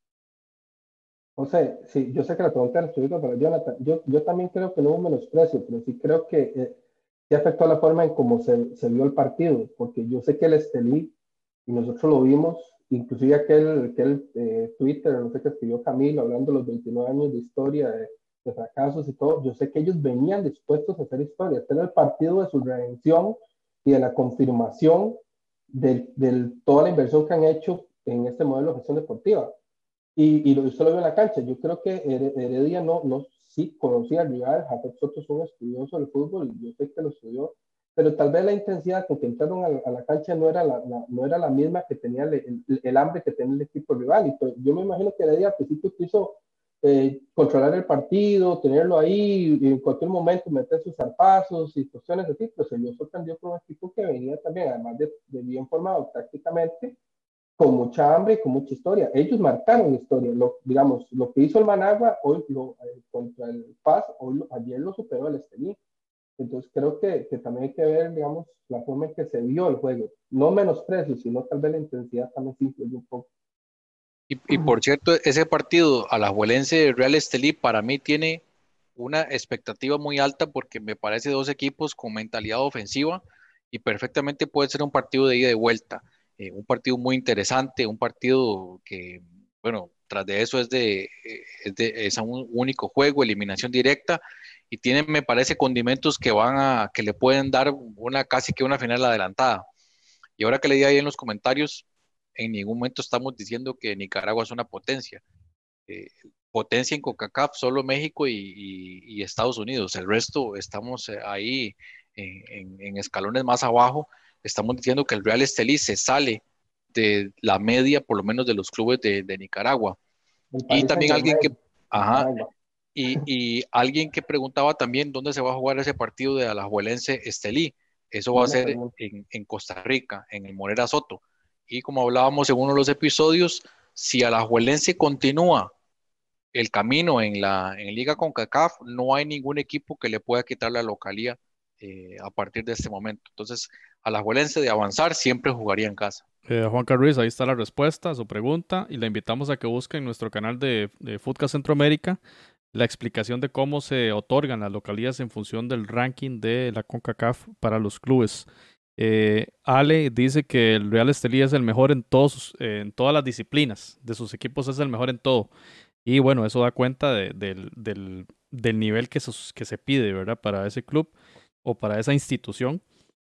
O sea, sí, yo sé que la pregunta era subida para Jonathan. Yo, yo también creo que no hubo menosprecio, pero sí creo que eh, sí afectó la forma en cómo se, se vio el partido, porque yo sé que el Estelí, y nosotros lo vimos, inclusive aquel, aquel eh, Twitter, no sé qué escribió Camilo, hablando de los veintinueve años de historia, de, de fracasos y todo, yo sé que ellos venían dispuestos a hacer historia. Este era el partido de su redención y de la confirmación de, de toda la inversión que han hecho en este modelo de gestión deportiva. Y, y lo, usted lo vio en la cancha. Yo creo que Heredia no, no sí conocía al rival. Jacob Soto es un estudioso del fútbol, yo sé que lo estudió, pero tal vez la intensidad con que entraron a, a la cancha no era la, la, no era la misma que tenía el, el, el hambre que tenía el equipo rival. Y pues, yo me imagino que Heredia al principio quiso eh, controlar el partido, tenerlo ahí y en cualquier momento meter sus zarpazos y cuestiones así, pero se vio sorprendido por un equipo que venía también, además de, de bien formado tácticamente, con mucha hambre y con mucha historia. Ellos marcaron historia. Lo, digamos, lo que hizo el Managua hoy lo, eh, contra el Paz, hoy lo, ayer lo superó el Estelí. Entonces creo que, que también hay que ver, digamos, la forma en que se vio el juego. No menosprecio, sino tal vez la intensidad también se influye un poco. Y, y por cierto, ese partido alajuelense Real Estelí para mí tiene una expectativa muy alta porque me parece dos equipos con mentalidad ofensiva y perfectamente puede ser un partido de ida y vuelta, eh, un partido muy interesante, un partido que, bueno, tras de eso es de, eh, es de es a un único juego, eliminación directa, y tiene, me parece, condimentos que van a, que le pueden dar una casi que una final adelantada. Y ahora que leí ahí en los comentarios, en ningún momento estamos diciendo que Nicaragua es una potencia. Eh, Potencia en CONCACAF, solo México y, y, y Estados Unidos. El resto estamos eh, ahí en, en, en escalones más abajo. Estamos diciendo que el Real Estelí se sale de la media, por lo menos de los clubes de, de Nicaragua. El Y Paris también alguien que, Saint-Germain, ajá, Nicaragua. y, y alguien que preguntaba también dónde se va a jugar ese partido de Alajuelense Estelí. Eso va a Buena ser pregunta. en, en Costa Rica, en el Morera Soto. Y como hablábamos en uno de los episodios, si Alajuelense continúa el camino en la en Liga CONCACAF, no hay ningún equipo que le pueda quitar la localía eh, a partir de este momento. Entonces, Alajuelense de avanzar siempre jugaría en casa. Eh, Juan Carriz, ahí está la respuesta a su pregunta y la invitamos a que busque en nuestro canal de, de Footcast Centroamérica la explicación de cómo se otorgan las localías en función del ranking de la CONCACAF para los clubes. Eh, Ale dice que el Real Estelí es el mejor en, todos, eh, en todas las disciplinas, de sus equipos es el mejor en todo. Y bueno, eso da cuenta de, del, del, del nivel que, sos, que se pide, ¿verdad? Para ese club o para esa institución.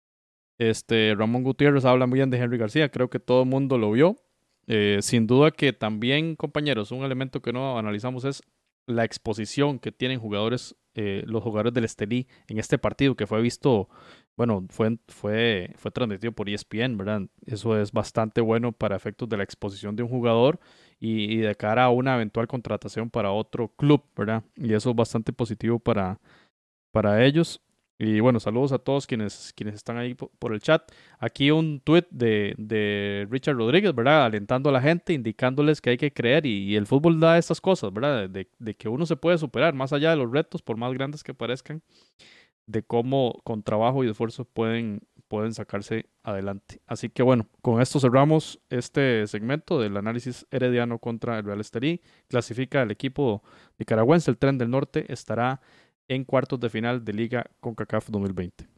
Este, Ramón Gutiérrez habla muy bien de Henry García, creo que todo el mundo lo vio. Eh, sin duda que también, compañeros, un elemento que no analizamos es la exposición que tienen jugadores, eh, los jugadores del Estelí en este partido que fue visto, bueno, fue, fue, fue transmitido por E S P N, ¿verdad? Eso es bastante bueno para efectos de la exposición de un jugador y, y de cara a una eventual contratación para otro club, ¿verdad? Y eso es bastante positivo para, para ellos. Y bueno, saludos a todos quienes, quienes están ahí por, por el chat. Aquí un tweet de, de Richard Rodríguez, ¿verdad? Alentando a la gente, indicándoles que hay que creer y, y el fútbol da estas cosas, ¿verdad? De, de que uno se puede superar más allá de los retos, por más grandes que parezcan, de cómo con trabajo y esfuerzo pueden, pueden sacarse adelante. Así que bueno, con esto cerramos este segmento del análisis herediano contra el Real Estelí. Clasifica el equipo nicaragüense, el Tren del Norte estará en cuartos de final de Liga CONCACAF dos mil veinte.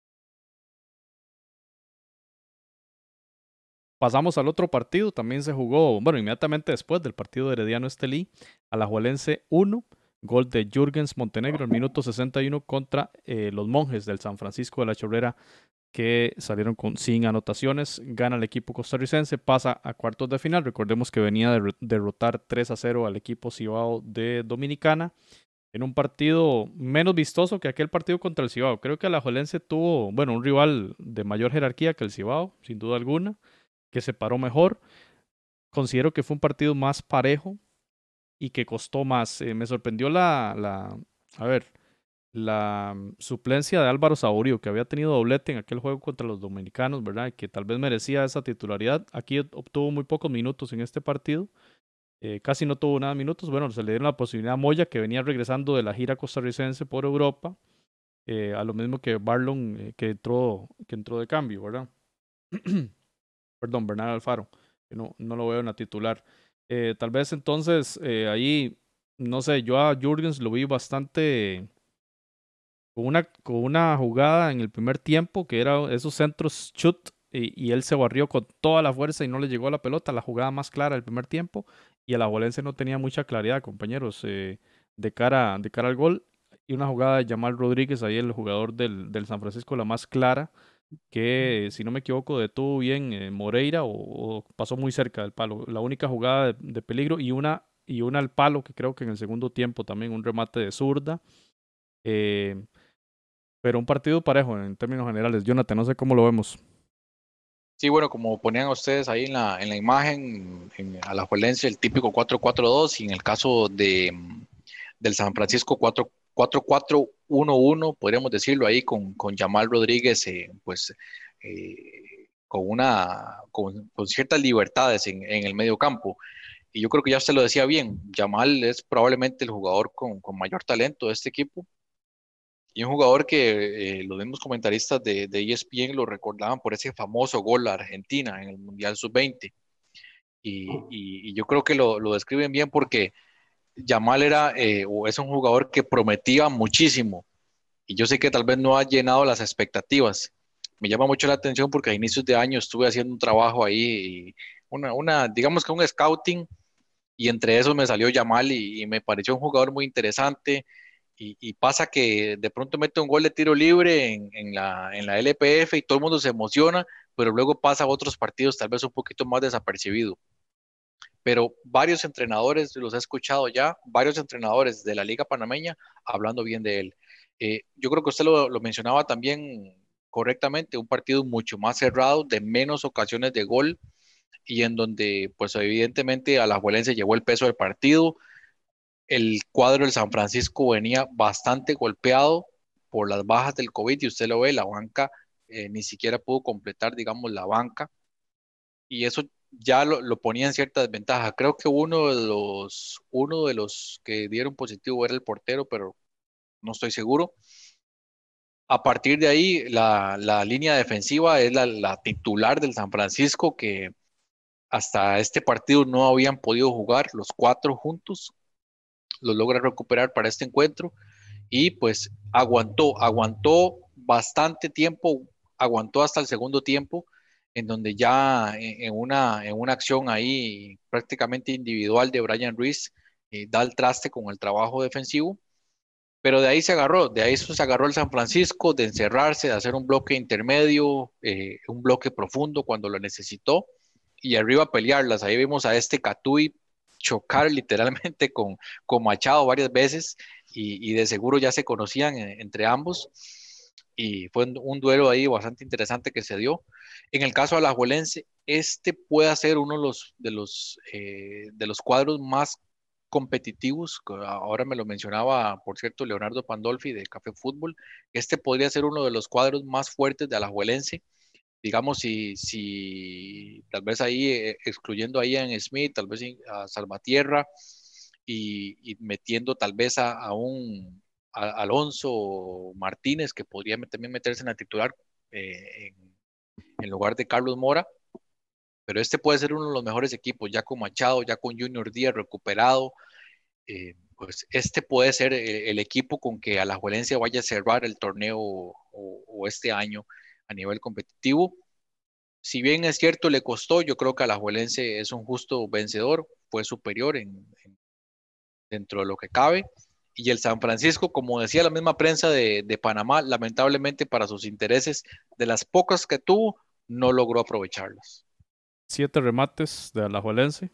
Pasamos al otro partido, también se jugó, bueno, inmediatamente después del partido de Herediano Estelí, Alajuelense uno, gol de Jürgens Montenegro, el minuto sesenta y uno contra eh, los Monjes del San Francisco de la Chorrera, que salieron con sin anotaciones, gana el equipo costarricense, pasa a cuartos de final, recordemos que venía de derrotar tres a cero al equipo Cibao de Dominicana, en un partido menos vistoso que aquel partido contra el Cibao. Creo que Alajuelense tuvo, bueno, un rival de mayor jerarquía que el Cibao, sin duda alguna, que se paró mejor. Considero que fue un partido más parejo y que costó más. Eh, me sorprendió la, la, a ver, la suplencia de Álvaro Saborío, que había tenido doblete en aquel juego contra los dominicanos, ¿verdad? Y que tal vez merecía esa titularidad. Aquí obtuvo muy pocos minutos en este partido. Eh, casi no tuvo nada de minutos. Bueno, se le dieron la posibilidad a Moya, que venía regresando de la gira costarricense por Europa, eh, a lo mismo que Barlon, eh, que, entró, que entró de cambio, ¿verdad? Perdón, Bernardo Alfaro, que no, no lo veo en la titular. Eh, tal vez entonces eh, ahí, no sé, yo a Jürgens lo vi bastante con una, con una jugada en el primer tiempo, que era esos centros chut, y, y él se barrió con toda la fuerza y no le llegó a la pelota, la jugada más clara del primer tiempo, y el Alajuelense no tenía mucha claridad, compañeros, eh, de, cara, de cara al gol, y una jugada de Yamal Rodríguez, ahí el jugador del, del San Francisco, la más clara, que si no me equivoco detuvo bien eh, Moreira o, o pasó muy cerca del palo, la única jugada de, de peligro, y una, y una al palo, que creo que en el segundo tiempo también un remate de zurda, eh, pero un partido parejo en términos generales. Jonathan, no sé cómo lo vemos. Sí, bueno, como ponían ustedes ahí en la, en la imagen, en Alajuelense el típico cuatro cuatro dos y en el caso de, del San Francisco cuatro cuatro uno uno, podríamos decirlo ahí con, con Yamal Rodríguez, eh, pues eh, con, una, con, con ciertas libertades en, en el medio campo. Y yo creo que ya usted lo decía bien, Yamal es probablemente el jugador con, con mayor talento de este equipo. Y un jugador que eh, los mismos comentaristas de, de E S P N lo recordaban por ese famoso gol a Argentina en el Mundial sub veinte. Y, y, y yo creo que lo, lo describen bien porque Yamal era eh, o es un jugador que prometía muchísimo. Y yo sé que tal vez no ha llenado las expectativas. Me llama mucho la atención porque a inicios de año estuve haciendo un trabajo ahí, y una, una, digamos que un scouting, y entre esos me salió Yamal y, y me pareció un jugador muy interesante. Y, y pasa que de pronto mete un gol de tiro libre en, en la, en la L P F y todo el mundo se emociona, pero luego pasa a otros partidos tal vez un poquito más desapercibido. Pero varios entrenadores, los he escuchado ya, varios entrenadores de la Liga Panameña hablando bien de él. Eh, yo creo que usted lo, lo mencionaba también correctamente, un partido mucho más cerrado, de menos ocasiones de gol y en donde pues evidentemente Alajuelense llevó el peso del partido. El cuadro del San Francisco venía bastante golpeado por las bajas del COVID y usted lo ve, la banca eh, ni siquiera pudo completar, digamos, la banca y eso ya lo, lo ponía en cierta desventaja. Creo que uno de los, uno de los que dieron positivo era el portero, pero no estoy seguro. A partir de ahí, la, la línea defensiva es la, la titular del San Francisco, que hasta este partido no habían podido jugar los cuatro juntos, lo logra recuperar para este encuentro y pues aguantó, aguantó bastante tiempo, aguantó hasta el segundo tiempo, en donde ya en, en una, en una acción ahí prácticamente individual de Brian Ruiz eh, da el traste con el trabajo defensivo, pero de ahí se agarró, de ahí se agarró el San Francisco, de encerrarse, de hacer un bloque intermedio, eh, un bloque profundo cuando lo necesitó, y arriba pelearlas. Ahí vimos a este Catuy chocar literalmente con, con Machado varias veces, y, y de seguro ya se conocían en, entre ambos, y fue un, un, duelo ahí bastante interesante que se dio. En el caso de Alajuelense, este puede ser uno de los, de los, eh, de los cuadros más competitivos, ahora me lo mencionaba, por cierto, Leonardo Pandolfi de Café Fútbol, este podría ser uno de los cuadros más fuertes de Alajuelense, digamos, si, si tal vez ahí, eh, excluyendo a Ian Smith, tal vez a Salvatierra, y, y metiendo tal vez a, a un a Alonso Martínez, que podría también meterse en la titular eh, en, en lugar de Carlos Mora, pero este puede ser uno de los mejores equipos, ya con Machado, ya con Junior Díaz recuperado, eh, pues este puede ser el, el, equipo con que Alajuelense vaya a cerrar el torneo o, o, este año a nivel competitivo. Si bien es cierto, le costó, yo creo que Alajuelense es un justo vencedor, fue superior en, en, dentro de lo que cabe. Y el San Francisco, como decía la misma prensa de, de Panamá, lamentablemente para sus intereses, de las pocas que tuvo, no logró aprovecharlas. Siete remates de Alajuelense,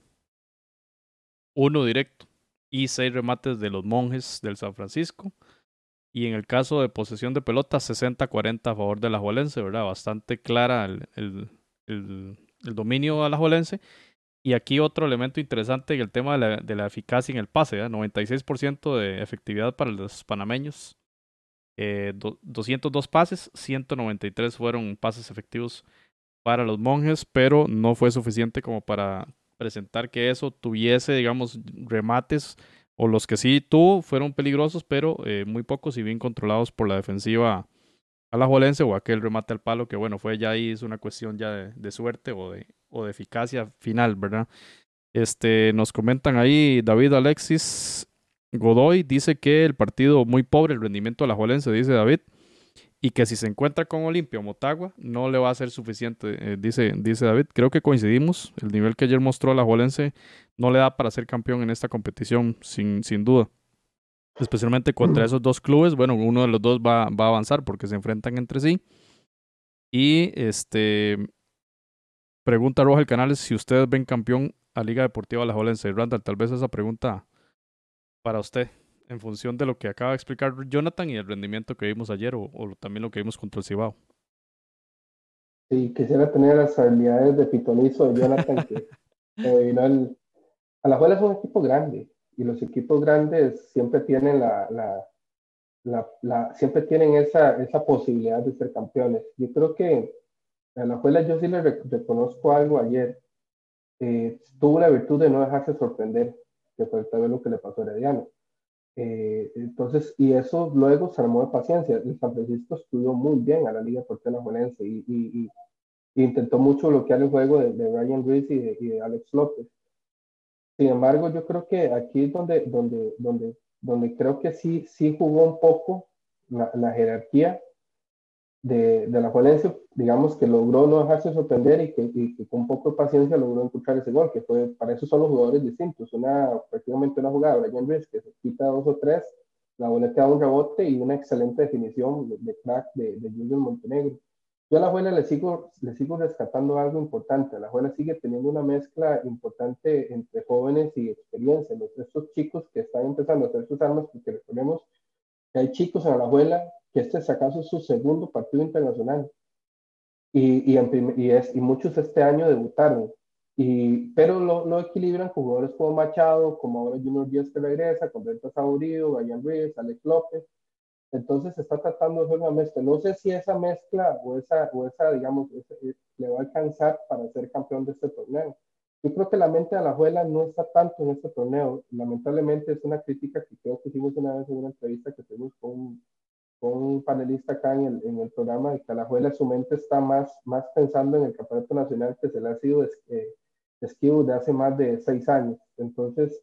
uno directo y seis remates de los Monjes del San Francisco. Y en el caso de posesión de pelota, sesenta cuarenta a favor de Alajuelense, ¿verdad? Bastante clara el, el, el, el dominio alajuelense. Y aquí otro elemento interesante en el tema de la, de la eficacia en el pase, ¿verdad? noventa y seis por ciento de efectividad para los panameños. Eh, do, doscientos dos pases, ciento noventa y tres fueron pases efectivos para los Monjes, pero no fue suficiente como para presentar que eso tuviese, digamos, remates, o los que sí tuvo fueron peligrosos, pero eh, muy pocos y bien controlados por la defensiva alajuelense, o aquel remate al palo que, bueno, fue ya ahí, es una cuestión ya de, de suerte o de, o de eficacia final, ¿verdad? Este, nos comentan ahí David Alexis Godoy, dice que el partido muy pobre, el rendimiento alajuelense, dice David, y que si se encuentra con Olimpia o Motagua no le va a ser suficiente, eh, dice, dice David. Creo que coincidimos, el nivel que ayer mostró Alajuelense no le da para ser campeón en esta competición, sin, sin duda, especialmente contra esos dos clubes. Bueno, uno de los dos va, va a avanzar porque se enfrentan entre sí. Y este pregunta Roja el canal es si ustedes ven campeón a Liga Deportiva Alajuelense. Randall, tal vez esa pregunta para usted, en función de lo que acaba de explicar Jonathan y el rendimiento que vimos ayer, o, o también lo que vimos contra el Cibao. Sí, quisiera tener las habilidades de pitonizo de Jonathan, que eh, vino el... Alajuela es un equipo grande, y los equipos grandes siempre tienen la, la, la, la siempre tienen esa, esa posibilidad de ser campeones. Yo creo que a Alajuela yo sí le rec reconozco algo ayer. Eh, tuvo la virtud de no dejarse sorprender, que fue tal vez lo que le pasó a Herediano. Eh, entonces, y eso luego se armó de paciencia. El San Francisco estudió muy bien a la Liga Deportiva Alajuelense y, y, y, y intentó mucho bloquear el juego de, de Ryan Ruiz y de, y de Alex López. Sin embargo, yo creo que aquí es donde, donde, donde, donde creo que sí, sí jugó un poco la, la jerarquía, de, de la Juelense, digamos que logró no dejarse sorprender y que, y que con un poco de paciencia logró encontrar ese gol, que fue, para eso son los jugadores distintos, una, prácticamente una jugada de Brian Ruiz que se quita dos o tres, la boleta da un rebote y una excelente definición de, de crack de, de Julio Montenegro. Yo a la Juela le sigo, le sigo rescatando algo importante, la Juela sigue teniendo una mezcla importante entre jóvenes y experiencia, los, estos chicos que están empezando a hacer sus armas, porque recordemos que hay chicos en la Alajuela que este es acaso su segundo partido internacional y, y, en, y, es, y muchos este año debutaron, y, pero lo, lo equilibran con jugadores como Machado, como ahora Junior Díaz que regresa, con Brenta Saborío, Brian Ruiz, Alex López. Entonces se está tratando de hacer una mezcla. No sé si esa mezcla o esa, o esa digamos, esa, le va a alcanzar para ser campeón de este torneo. Yo creo que la mente de Alajuela no está tanto en este torneo. Lamentablemente es una crítica que creo que hicimos una vez en una entrevista que tuvimos con un, con un panelista acá en el, en el programa, de que Alajuela su mente está más, más pensando en el campeonato nacional que se le ha sido eh, esquivo de hace más de seis años. Entonces,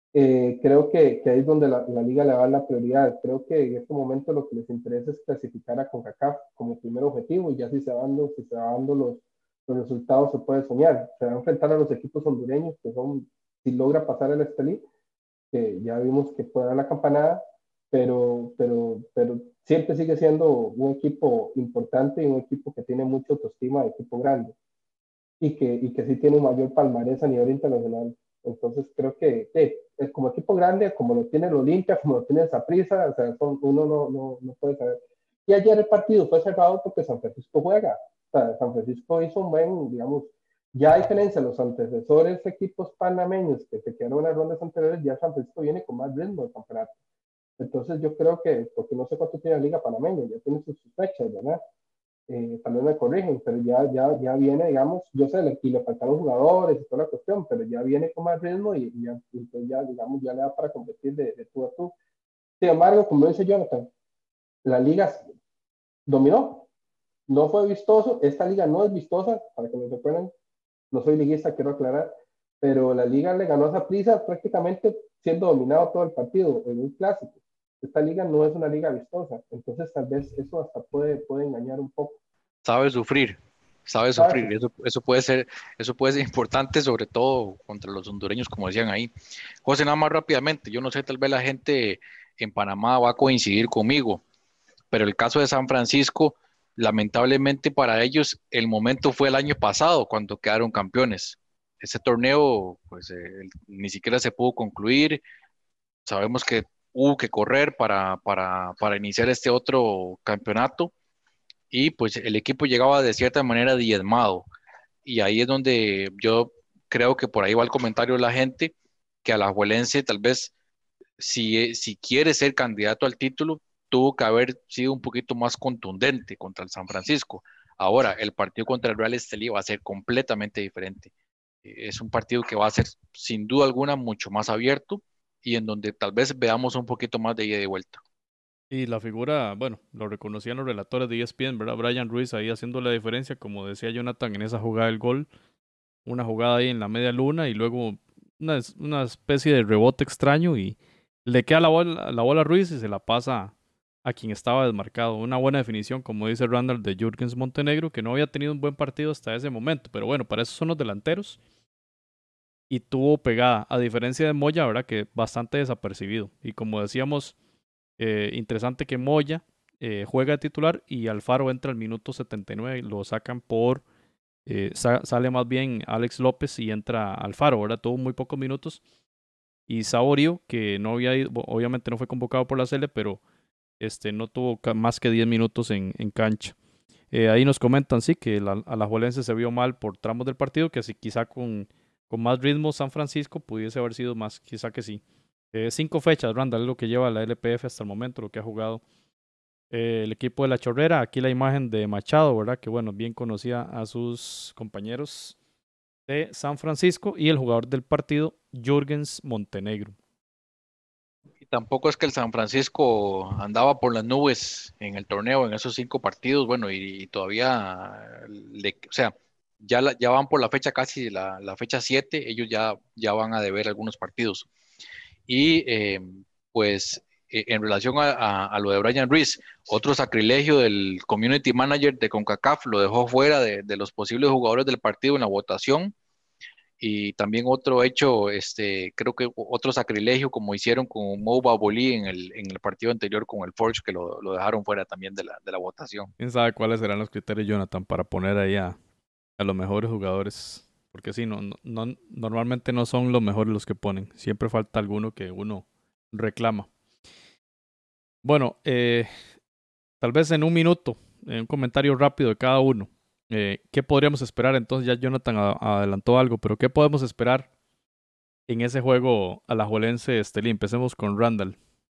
eh, creo que, que ahí es donde la, la liga le va a dar la prioridad. Creo que en este momento lo que les interesa es clasificar a CONCACAF como primer objetivo, y ya si se van dando, si se van dando los, los resultados se puede soñar. Se va a enfrentar a los equipos hondureños, que son, si logra pasar el Estelí, que ya vimos que puede dar la campanada, pero, pero, pero siempre sigue siendo un equipo importante y un equipo que tiene mucha autoestima de equipo grande y que, y que sí tiene un mayor palmarés a nivel internacional. Entonces creo que eh, como equipo grande, como lo tiene el Olimpia, como lo tiene el Saprissa, o sea, son, uno no, no, no puede saber. Y ayer el partido fue cerrado porque San Francisco juega. O sea, San Francisco hizo un buen, digamos, ya a diferencia de los antecesores equipos panameños que se quedaron en las rondas anteriores, ya San Francisco viene con más ritmo de campeonato. Entonces yo creo que, porque no sé cuánto tiene la liga panameña, ya tiene sus fechas, ¿verdad? Eh, tal vez me corrigen, pero ya, ya, ya viene, digamos, yo sé, le, y le faltaron jugadores y toda la cuestión, pero ya viene con más ritmo y, y ya, entonces ya, digamos, ya le da para competir de, de tú a tú. Sin embargo, como dice Jonathan, la liga dominó, no fue vistoso, esta liga no es vistosa, para que me recuerden, no soy liguista, quiero aclarar, pero la liga le ganó a Saprissa prácticamente siendo dominado todo el partido en un clásico. Esta liga no es una liga vistosa, entonces tal vez eso hasta puede, puede engañar un poco. Sabe sufrir, sabe sufrir. Eso, eso, puede ser, eso puede ser importante, sobre todo contra los hondureños, como decían ahí. José, nada más rápidamente, yo no sé, tal vez la gente en Panamá va a coincidir conmigo, pero el caso de San Francisco, lamentablemente para ellos, el momento fue el año pasado, cuando quedaron campeones. Ese torneo, pues, eh, ni siquiera se pudo concluir. Sabemos que hubo que correr para, para, para iniciar este otro campeonato y pues el equipo llegaba de cierta manera diezmado. Y ahí es donde yo creo que por ahí va el comentario de la gente, que Alajuelense tal vez, si, si quiere ser candidato al título, tuvo que haber sido un poquito más contundente contra el San Francisco. Ahora, el partido contra el Real Estelí va a ser completamente diferente. Es un partido que va a ser sin duda alguna mucho más abierto y en donde tal vez veamos un poquito más de ida y de vuelta. Y la figura, bueno, lo reconocían los relatores de E S P N, ¿verdad? Brian Ruiz ahí haciendo la diferencia, como decía Jonathan, en esa jugada del gol. Una jugada ahí en la media luna y luego una, una especie de rebote extraño y le queda la bola, la bola a Ruiz y se la pasa a quien estaba desmarcado. Una buena definición, como dice Randall, de Jürgens Montenegro, que no había tenido un buen partido hasta ese momento. Pero bueno, para eso son los delanteros. Y tuvo pegada, a diferencia de Moya, ¿verdad? Que bastante desapercibido. Y como decíamos, eh, interesante que Moya eh, juega de titular y Alfaro entra al minuto setenta y nueve y lo sacan por... Eh, sa sale más bien Alex López y entra Alfaro, ¿verdad? Tuvo muy pocos minutos. Y Saborío, que no había ido, obviamente no fue convocado por la Sele, pero este, no tuvo más que diez minutos en, en cancha. Eh, ahí nos comentan, sí, que la, Alajuelense se vio mal por tramos del partido, que así quizá con, con más ritmo San Francisco pudiese haber sido más, quizá que sí. Eh, cinco fechas, Randall, es lo que lleva la L P F hasta el momento, lo que ha jugado eh, el equipo de La Chorrera. Aquí la imagen de Machado, ¿verdad? Que bueno, bien conocía a sus compañeros de San Francisco y el jugador del partido, Jürgens Montenegro. Y tampoco es que el San Francisco andaba por las nubes en el torneo, en esos cinco partidos, bueno, y, y todavía, le, o sea, ya, la, ya van por la fecha casi, la, la fecha siete, ellos ya, ya van a deber algunos partidos. Y eh, pues eh, en relación a, a, a lo de Brian Reese, otro sacrilegio del community manager de CONCACAF, lo dejó fuera de, de los posibles jugadores del partido en la votación. Y también otro hecho, este, creo que otro sacrilegio como hicieron con Mo Babolí en el, en el partido anterior con el Forge, que lo, lo dejaron fuera también de la, de la votación. ¿Quién sabe cuáles serán los criterios, Jonathan, para poner ahí a, a los mejores jugadores? Porque sí, no, no, no, normalmente no son los mejores los que ponen. Siempre falta alguno que uno reclama. Bueno, eh, tal vez en un minuto, en un comentario rápido de cada uno. Eh, ¿Qué podríamos esperar? Entonces ya Jonathan a- adelantó algo, pero ¿qué podemos esperar en ese juego alajuelense Estelí? Empecemos con Randall.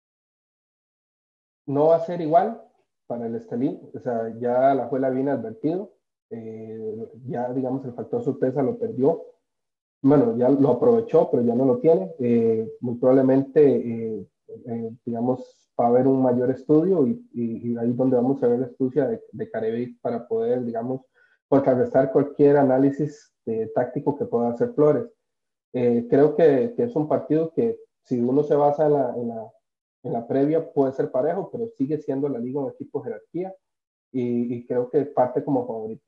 No va a ser igual para el Estelí, o sea, ya la Juela viene advertido, eh, ya digamos el factor sorpresa lo perdió, bueno, ya lo aprovechó, pero ya no lo tiene, eh, muy probablemente, eh, eh, digamos, va a haber un mayor estudio y, y, y ahí es donde vamos a ver la astucia de, de Carevic para poder, digamos, contrarrestar cualquier análisis eh, táctico que pueda hacer Flores. Eh, creo que, que, es un partido que si uno se basa en la, en, la, en la previa puede ser parejo, pero sigue siendo la liga un equipo de jerarquía y, y creo que parte como favorito.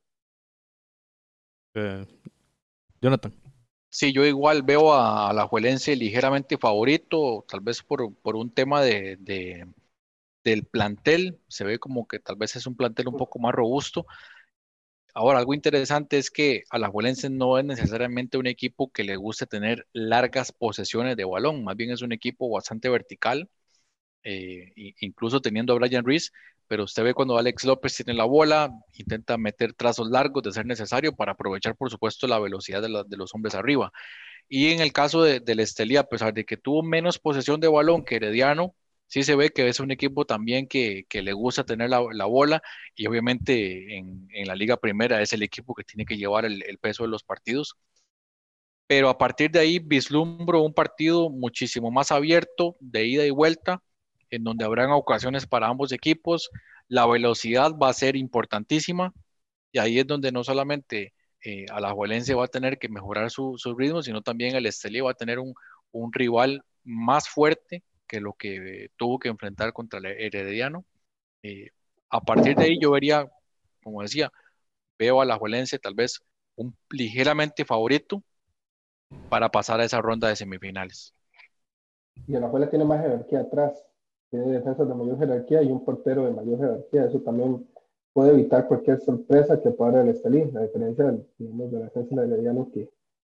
Eh, Jonathan. Sí, yo igual veo a Alajuelense ligeramente favorito, tal vez por, por un tema de, de, del plantel, se ve como que tal vez es un plantel un poco más robusto. Ahora, algo interesante es que Alajuelense no es necesariamente un equipo que le guste tener largas posesiones de balón, más bien es un equipo bastante vertical, eh, incluso teniendo a Brian Reese, pero usted ve cuando Alex López tiene la bola, intenta meter trazos largos de ser necesario para aprovechar, por supuesto, la velocidad de, la, de los hombres arriba. Y en el caso de, del Estelí, a pesar de que tuvo menos posesión de balón que Herediano, sí se ve que es un equipo también que, que le gusta tener la, la bola y obviamente en, en, la Liga Primera es el equipo que tiene que llevar el, el peso de los partidos. Pero a partir de ahí vislumbro un partido muchísimo más abierto, de ida y vuelta, en donde habrán ocasiones para ambos equipos. La velocidad va a ser importantísima y ahí es donde no solamente eh, Alajuelense va a tener que mejorar su, su ritmo, sino también el Estelí va a tener un, un rival más fuerte que lo que eh, tuvo que enfrentar contra el Herediano. Eh, a partir de ahí yo vería, como decía, veo a Alajuelense tal vez un ligeramente favorito para pasar a esa ronda de semifinales. Y el Alajuela tiene más jerarquía atrás, tiene defensas de mayor jerarquía y un portero de mayor jerarquía, eso también puede evitar cualquier sorpresa que pueda haber el Estelí, la diferencia del, digamos, de la defensa del Herediano que...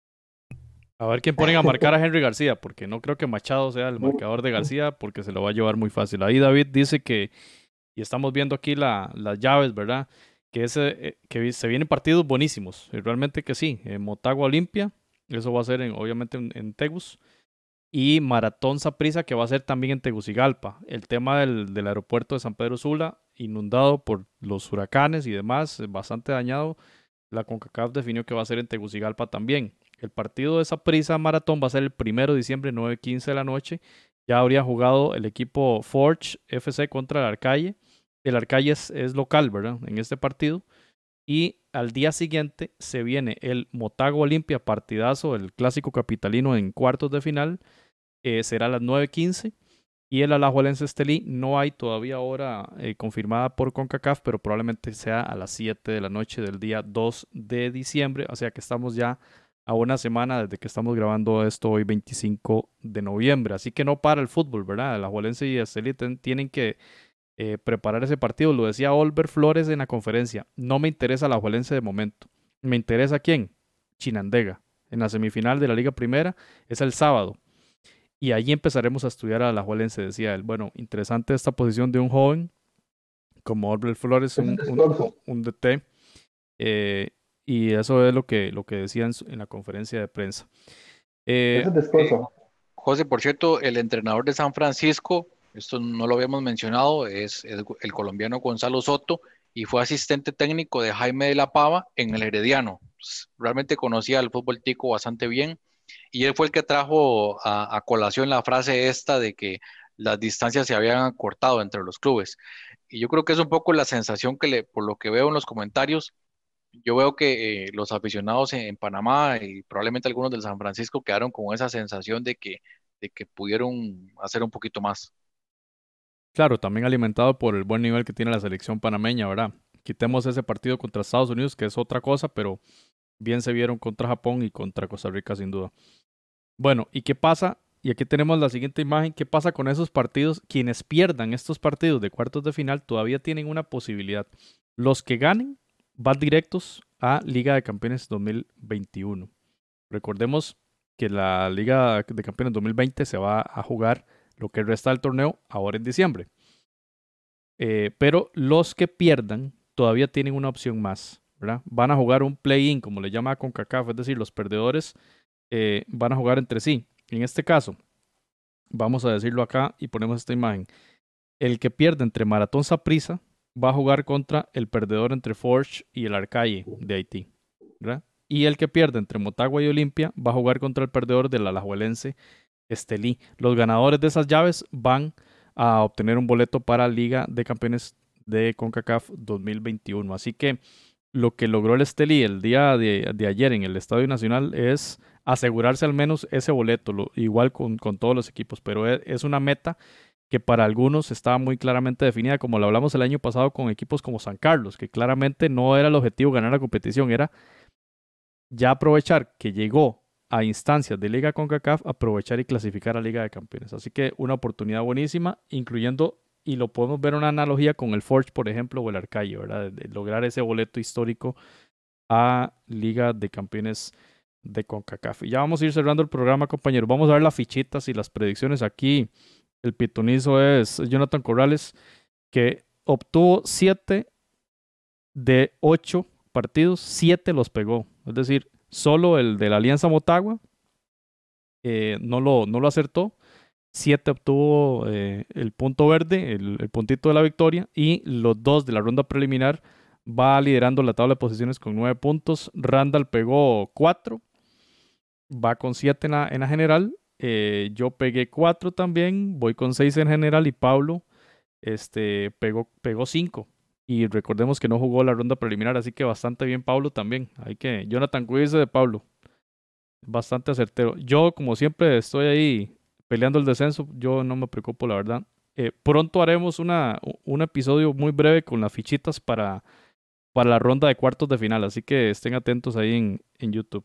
A ver quién ponen a marcar a Henry García, porque no creo que Machado sea el marcador de García, porque se lo va a llevar muy fácil. Ahí David dice que, y estamos viendo aquí la, las llaves, ¿verdad? Que, ese, que se vienen partidos buenísimos, y realmente que sí. En Motagua Olimpia, eso va a ser en, obviamente en, en Tegus, y Maratón Saprissa, que va a ser también en Tegucigalpa. El tema del, del aeropuerto de San Pedro Sula, inundado por los huracanes y demás, bastante dañado. La CONCACAF definió que va a ser en Tegucigalpa también. El partido de Saprissa Maratón va a ser el primero de diciembre, nueve quince de la noche. Ya habría jugado el equipo Forge F C contra el Arcalle. El Arcalle es, es local, ¿verdad? En este partido. Y al día siguiente se viene el Motagua Olimpia, partidazo, el clásico capitalino en cuartos de final. Eh, será a las nueve quince. Y el Alajuelense Estelí no hay todavía hora eh, confirmada por CONCACAF, pero probablemente sea a las siete de la noche del día dos de diciembre. O sea que estamos ya a una semana desde que estamos grabando esto hoy, veinticinco de noviembre. Así que no para el fútbol, ¿verdad? El Alajuelense y Estelí ten, tienen que eh, preparar ese partido. Lo decía Olver Flores en la conferencia. No me interesa el Alajuelense de momento. ¿Me interesa quién? Chinandega. En la semifinal de la Liga Primera es el sábado. Y ahí empezaremos a estudiar a Alajuelense, decía él. Bueno, interesante esta posición de un joven como Olver Flores, un, un, un D T. Eh, y eso es lo que, lo que decía en, su, en la conferencia de prensa. Eh, Eso es discurso. Eh, José, por cierto, el entrenador de San Francisco, esto no lo habíamos mencionado, es el, el colombiano Gonzalo Soto y fue asistente técnico de Jaime de la Pava en el Herediano. Pues, realmente conocía el fútbol tico bastante bien y él fue el que trajo a, a colación la frase esta de que las distancias se habían acortado entre los clubes. Y yo creo que es un poco la sensación que le, por lo que veo en los comentarios, yo veo que eh, los aficionados en, en Panamá y probablemente algunos del San Francisco quedaron con esa sensación de que, de que pudieron hacer un poquito más. Claro, también alimentado por el buen nivel que tiene la selección panameña, ¿verdad? Quitemos ese partido contra Estados Unidos, que es otra cosa, pero bien se vieron contra Japón y contra Costa Rica sin duda. Bueno, ¿y qué pasa? Y aquí tenemos la siguiente imagen. ¿Qué pasa con esos partidos? Quienes pierdan estos partidos de cuartos de final todavía tienen una posibilidad. Los que ganen van directos a Liga de Campeones dos mil veintiuno. Recordemos que la Liga de Campeones dos mil veinte se va a jugar lo que resta del torneo ahora en diciembre. Eh, pero los que pierdan todavía tienen una opción más, ¿verdad? Van a jugar un play-in, como le llama CONCACAF, es decir, los perdedores eh, van a jugar entre sí. En este caso, vamos a decirlo acá y ponemos esta imagen. El que pierde entre Maratón Saprissa va a jugar contra el perdedor entre Forge y el Arcaye de Haití, ¿verdad? Y el que pierde entre Motagua y Olimpia va a jugar contra el perdedor del Alajuelense Estelí. Los ganadores de esas llaves van a obtener un boleto para Liga de Campeones de CONCACAF dos mil veintiuno. Así que lo que logró el Estelí el día de, de ayer en el Estadio Nacional es asegurarse al menos ese boleto, lo, igual con, con todos los equipos, pero es, es una meta que para algunos estaba muy claramente definida, como lo hablamos el año pasado con equipos como San Carlos, que claramente no era el objetivo ganar la competición, era ya aprovechar que llegó a instancias de Liga CONCACAF, aprovechar y clasificar a Liga de Campeones. Así que una oportunidad buenísima, incluyendo, y lo podemos ver una analogía con el Forge, por ejemplo, o el Arcaye, ¿verdad? De, de lograr ese boleto histórico a Liga de Campeones de CONCACAF. Y ya vamos a ir cerrando el programa, compañeros. Vamos a ver las fichitas y las predicciones aquí. El pitonizo es Jonathan Corrales, que obtuvo siete de ocho partidos, siete los pegó. Es decir, solo el de la Alianza Motagua eh, no, lo, no lo acertó. siete obtuvo eh, el punto verde, el, el puntito de la victoria. Y los dos de la ronda preliminar va liderando la tabla de posiciones con nueve puntos. Randall pegó cuatro. Va con siete en la, en la general. Eh, yo pegué cuatro también. Voy con seis en general. Y Pablo este, pegó, pegó cinco. Y recordemos que no jugó la ronda preliminar. Así que bastante bien Pablo también. Hay que, Jonathan, cuídese de Pablo. Bastante acertero. Yo, como siempre, estoy ahí peleando el descenso. Yo no me preocupo, la verdad. Eh, pronto haremos una, un episodio muy breve con las fichitas para, para la ronda de cuartos de final. Así que estén atentos ahí en, en YouTube.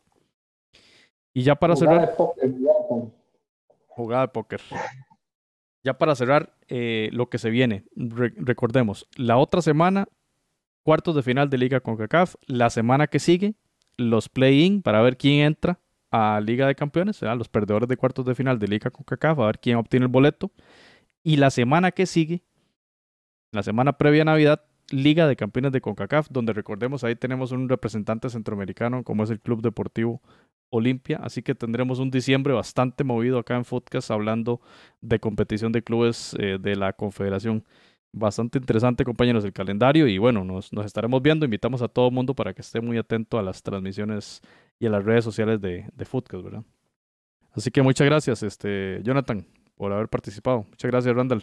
Y ya para Jugada cerrar... de póker, Jonathan. Jugada de póker. Ya para cerrar eh, lo que se viene. Re- recordemos, la otra semana, cuartos de final de Liga CONCACAF. La semana que sigue, los play-in para ver quién entra a Liga de Campeones, ¿verdad? Los perdedores de cuartos de final de Liga CONCACAF, a ver quién obtiene el boleto. Y la semana que sigue, la semana previa a Navidad, Liga de Campeones de CONCACAF, donde recordemos ahí tenemos un representante centroamericano como es el Club Deportivo Olimpia, así que tendremos un diciembre bastante movido acá en Footcast hablando de competición de clubes eh, de la Confederación. Bastante interesante, compañeros, el calendario y bueno, nos, nos estaremos viendo. Invitamos a todo el mundo para que esté muy atento a las transmisiones y a las redes sociales de, de Footcast, ¿verdad? Así que muchas gracias, este, Jonathan, por haber participado. Muchas gracias, Randall.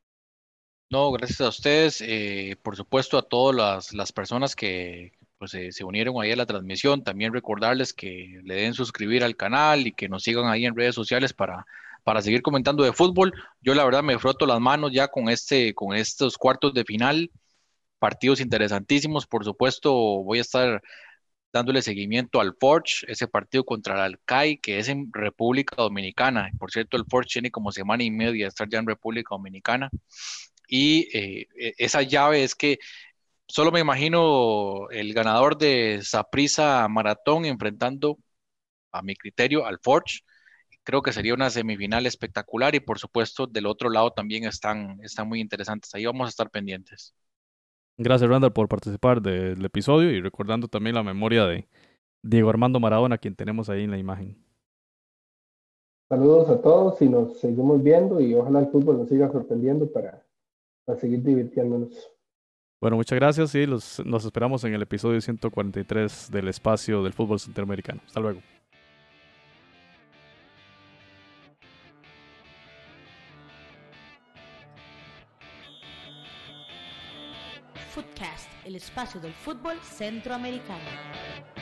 No, gracias a ustedes, eh, por supuesto a todas las, las personas que pues, eh, se unieron ahí a la transmisión. También recordarles que le den suscribir al canal y que nos sigan ahí en redes sociales para, para seguir comentando de fútbol. Yo la verdad me froto las manos ya con, este, con estos cuartos de final, partidos interesantísimos. Por supuesto, voy a estar dándole seguimiento al Forge, ese partido contra el Alcai, que es en República Dominicana. Por cierto, el Forge tiene como semana y media de estar ya en República Dominicana. Y eh, e- esa llave es que solo me imagino el ganador de Saprissa Maratón enfrentando, a mi criterio, al Forge. Creo que sería una semifinal espectacular y por supuesto del otro lado también están, están muy interesantes. Ahí vamos a estar pendientes. Gracias, Randall, por participar del episodio y recordando también la memoria de Diego Armando Maradona, quien tenemos ahí en la imagen. Saludos a todos y nos seguimos viendo y ojalá el fútbol nos siga sorprendiendo para, para seguir divirtiéndonos. Bueno, muchas gracias y los, nos esperamos en el episodio ciento cuarenta y tres del espacio del fútbol centroamericano. Hasta luego. Footcast, el espacio del fútbol centroamericano.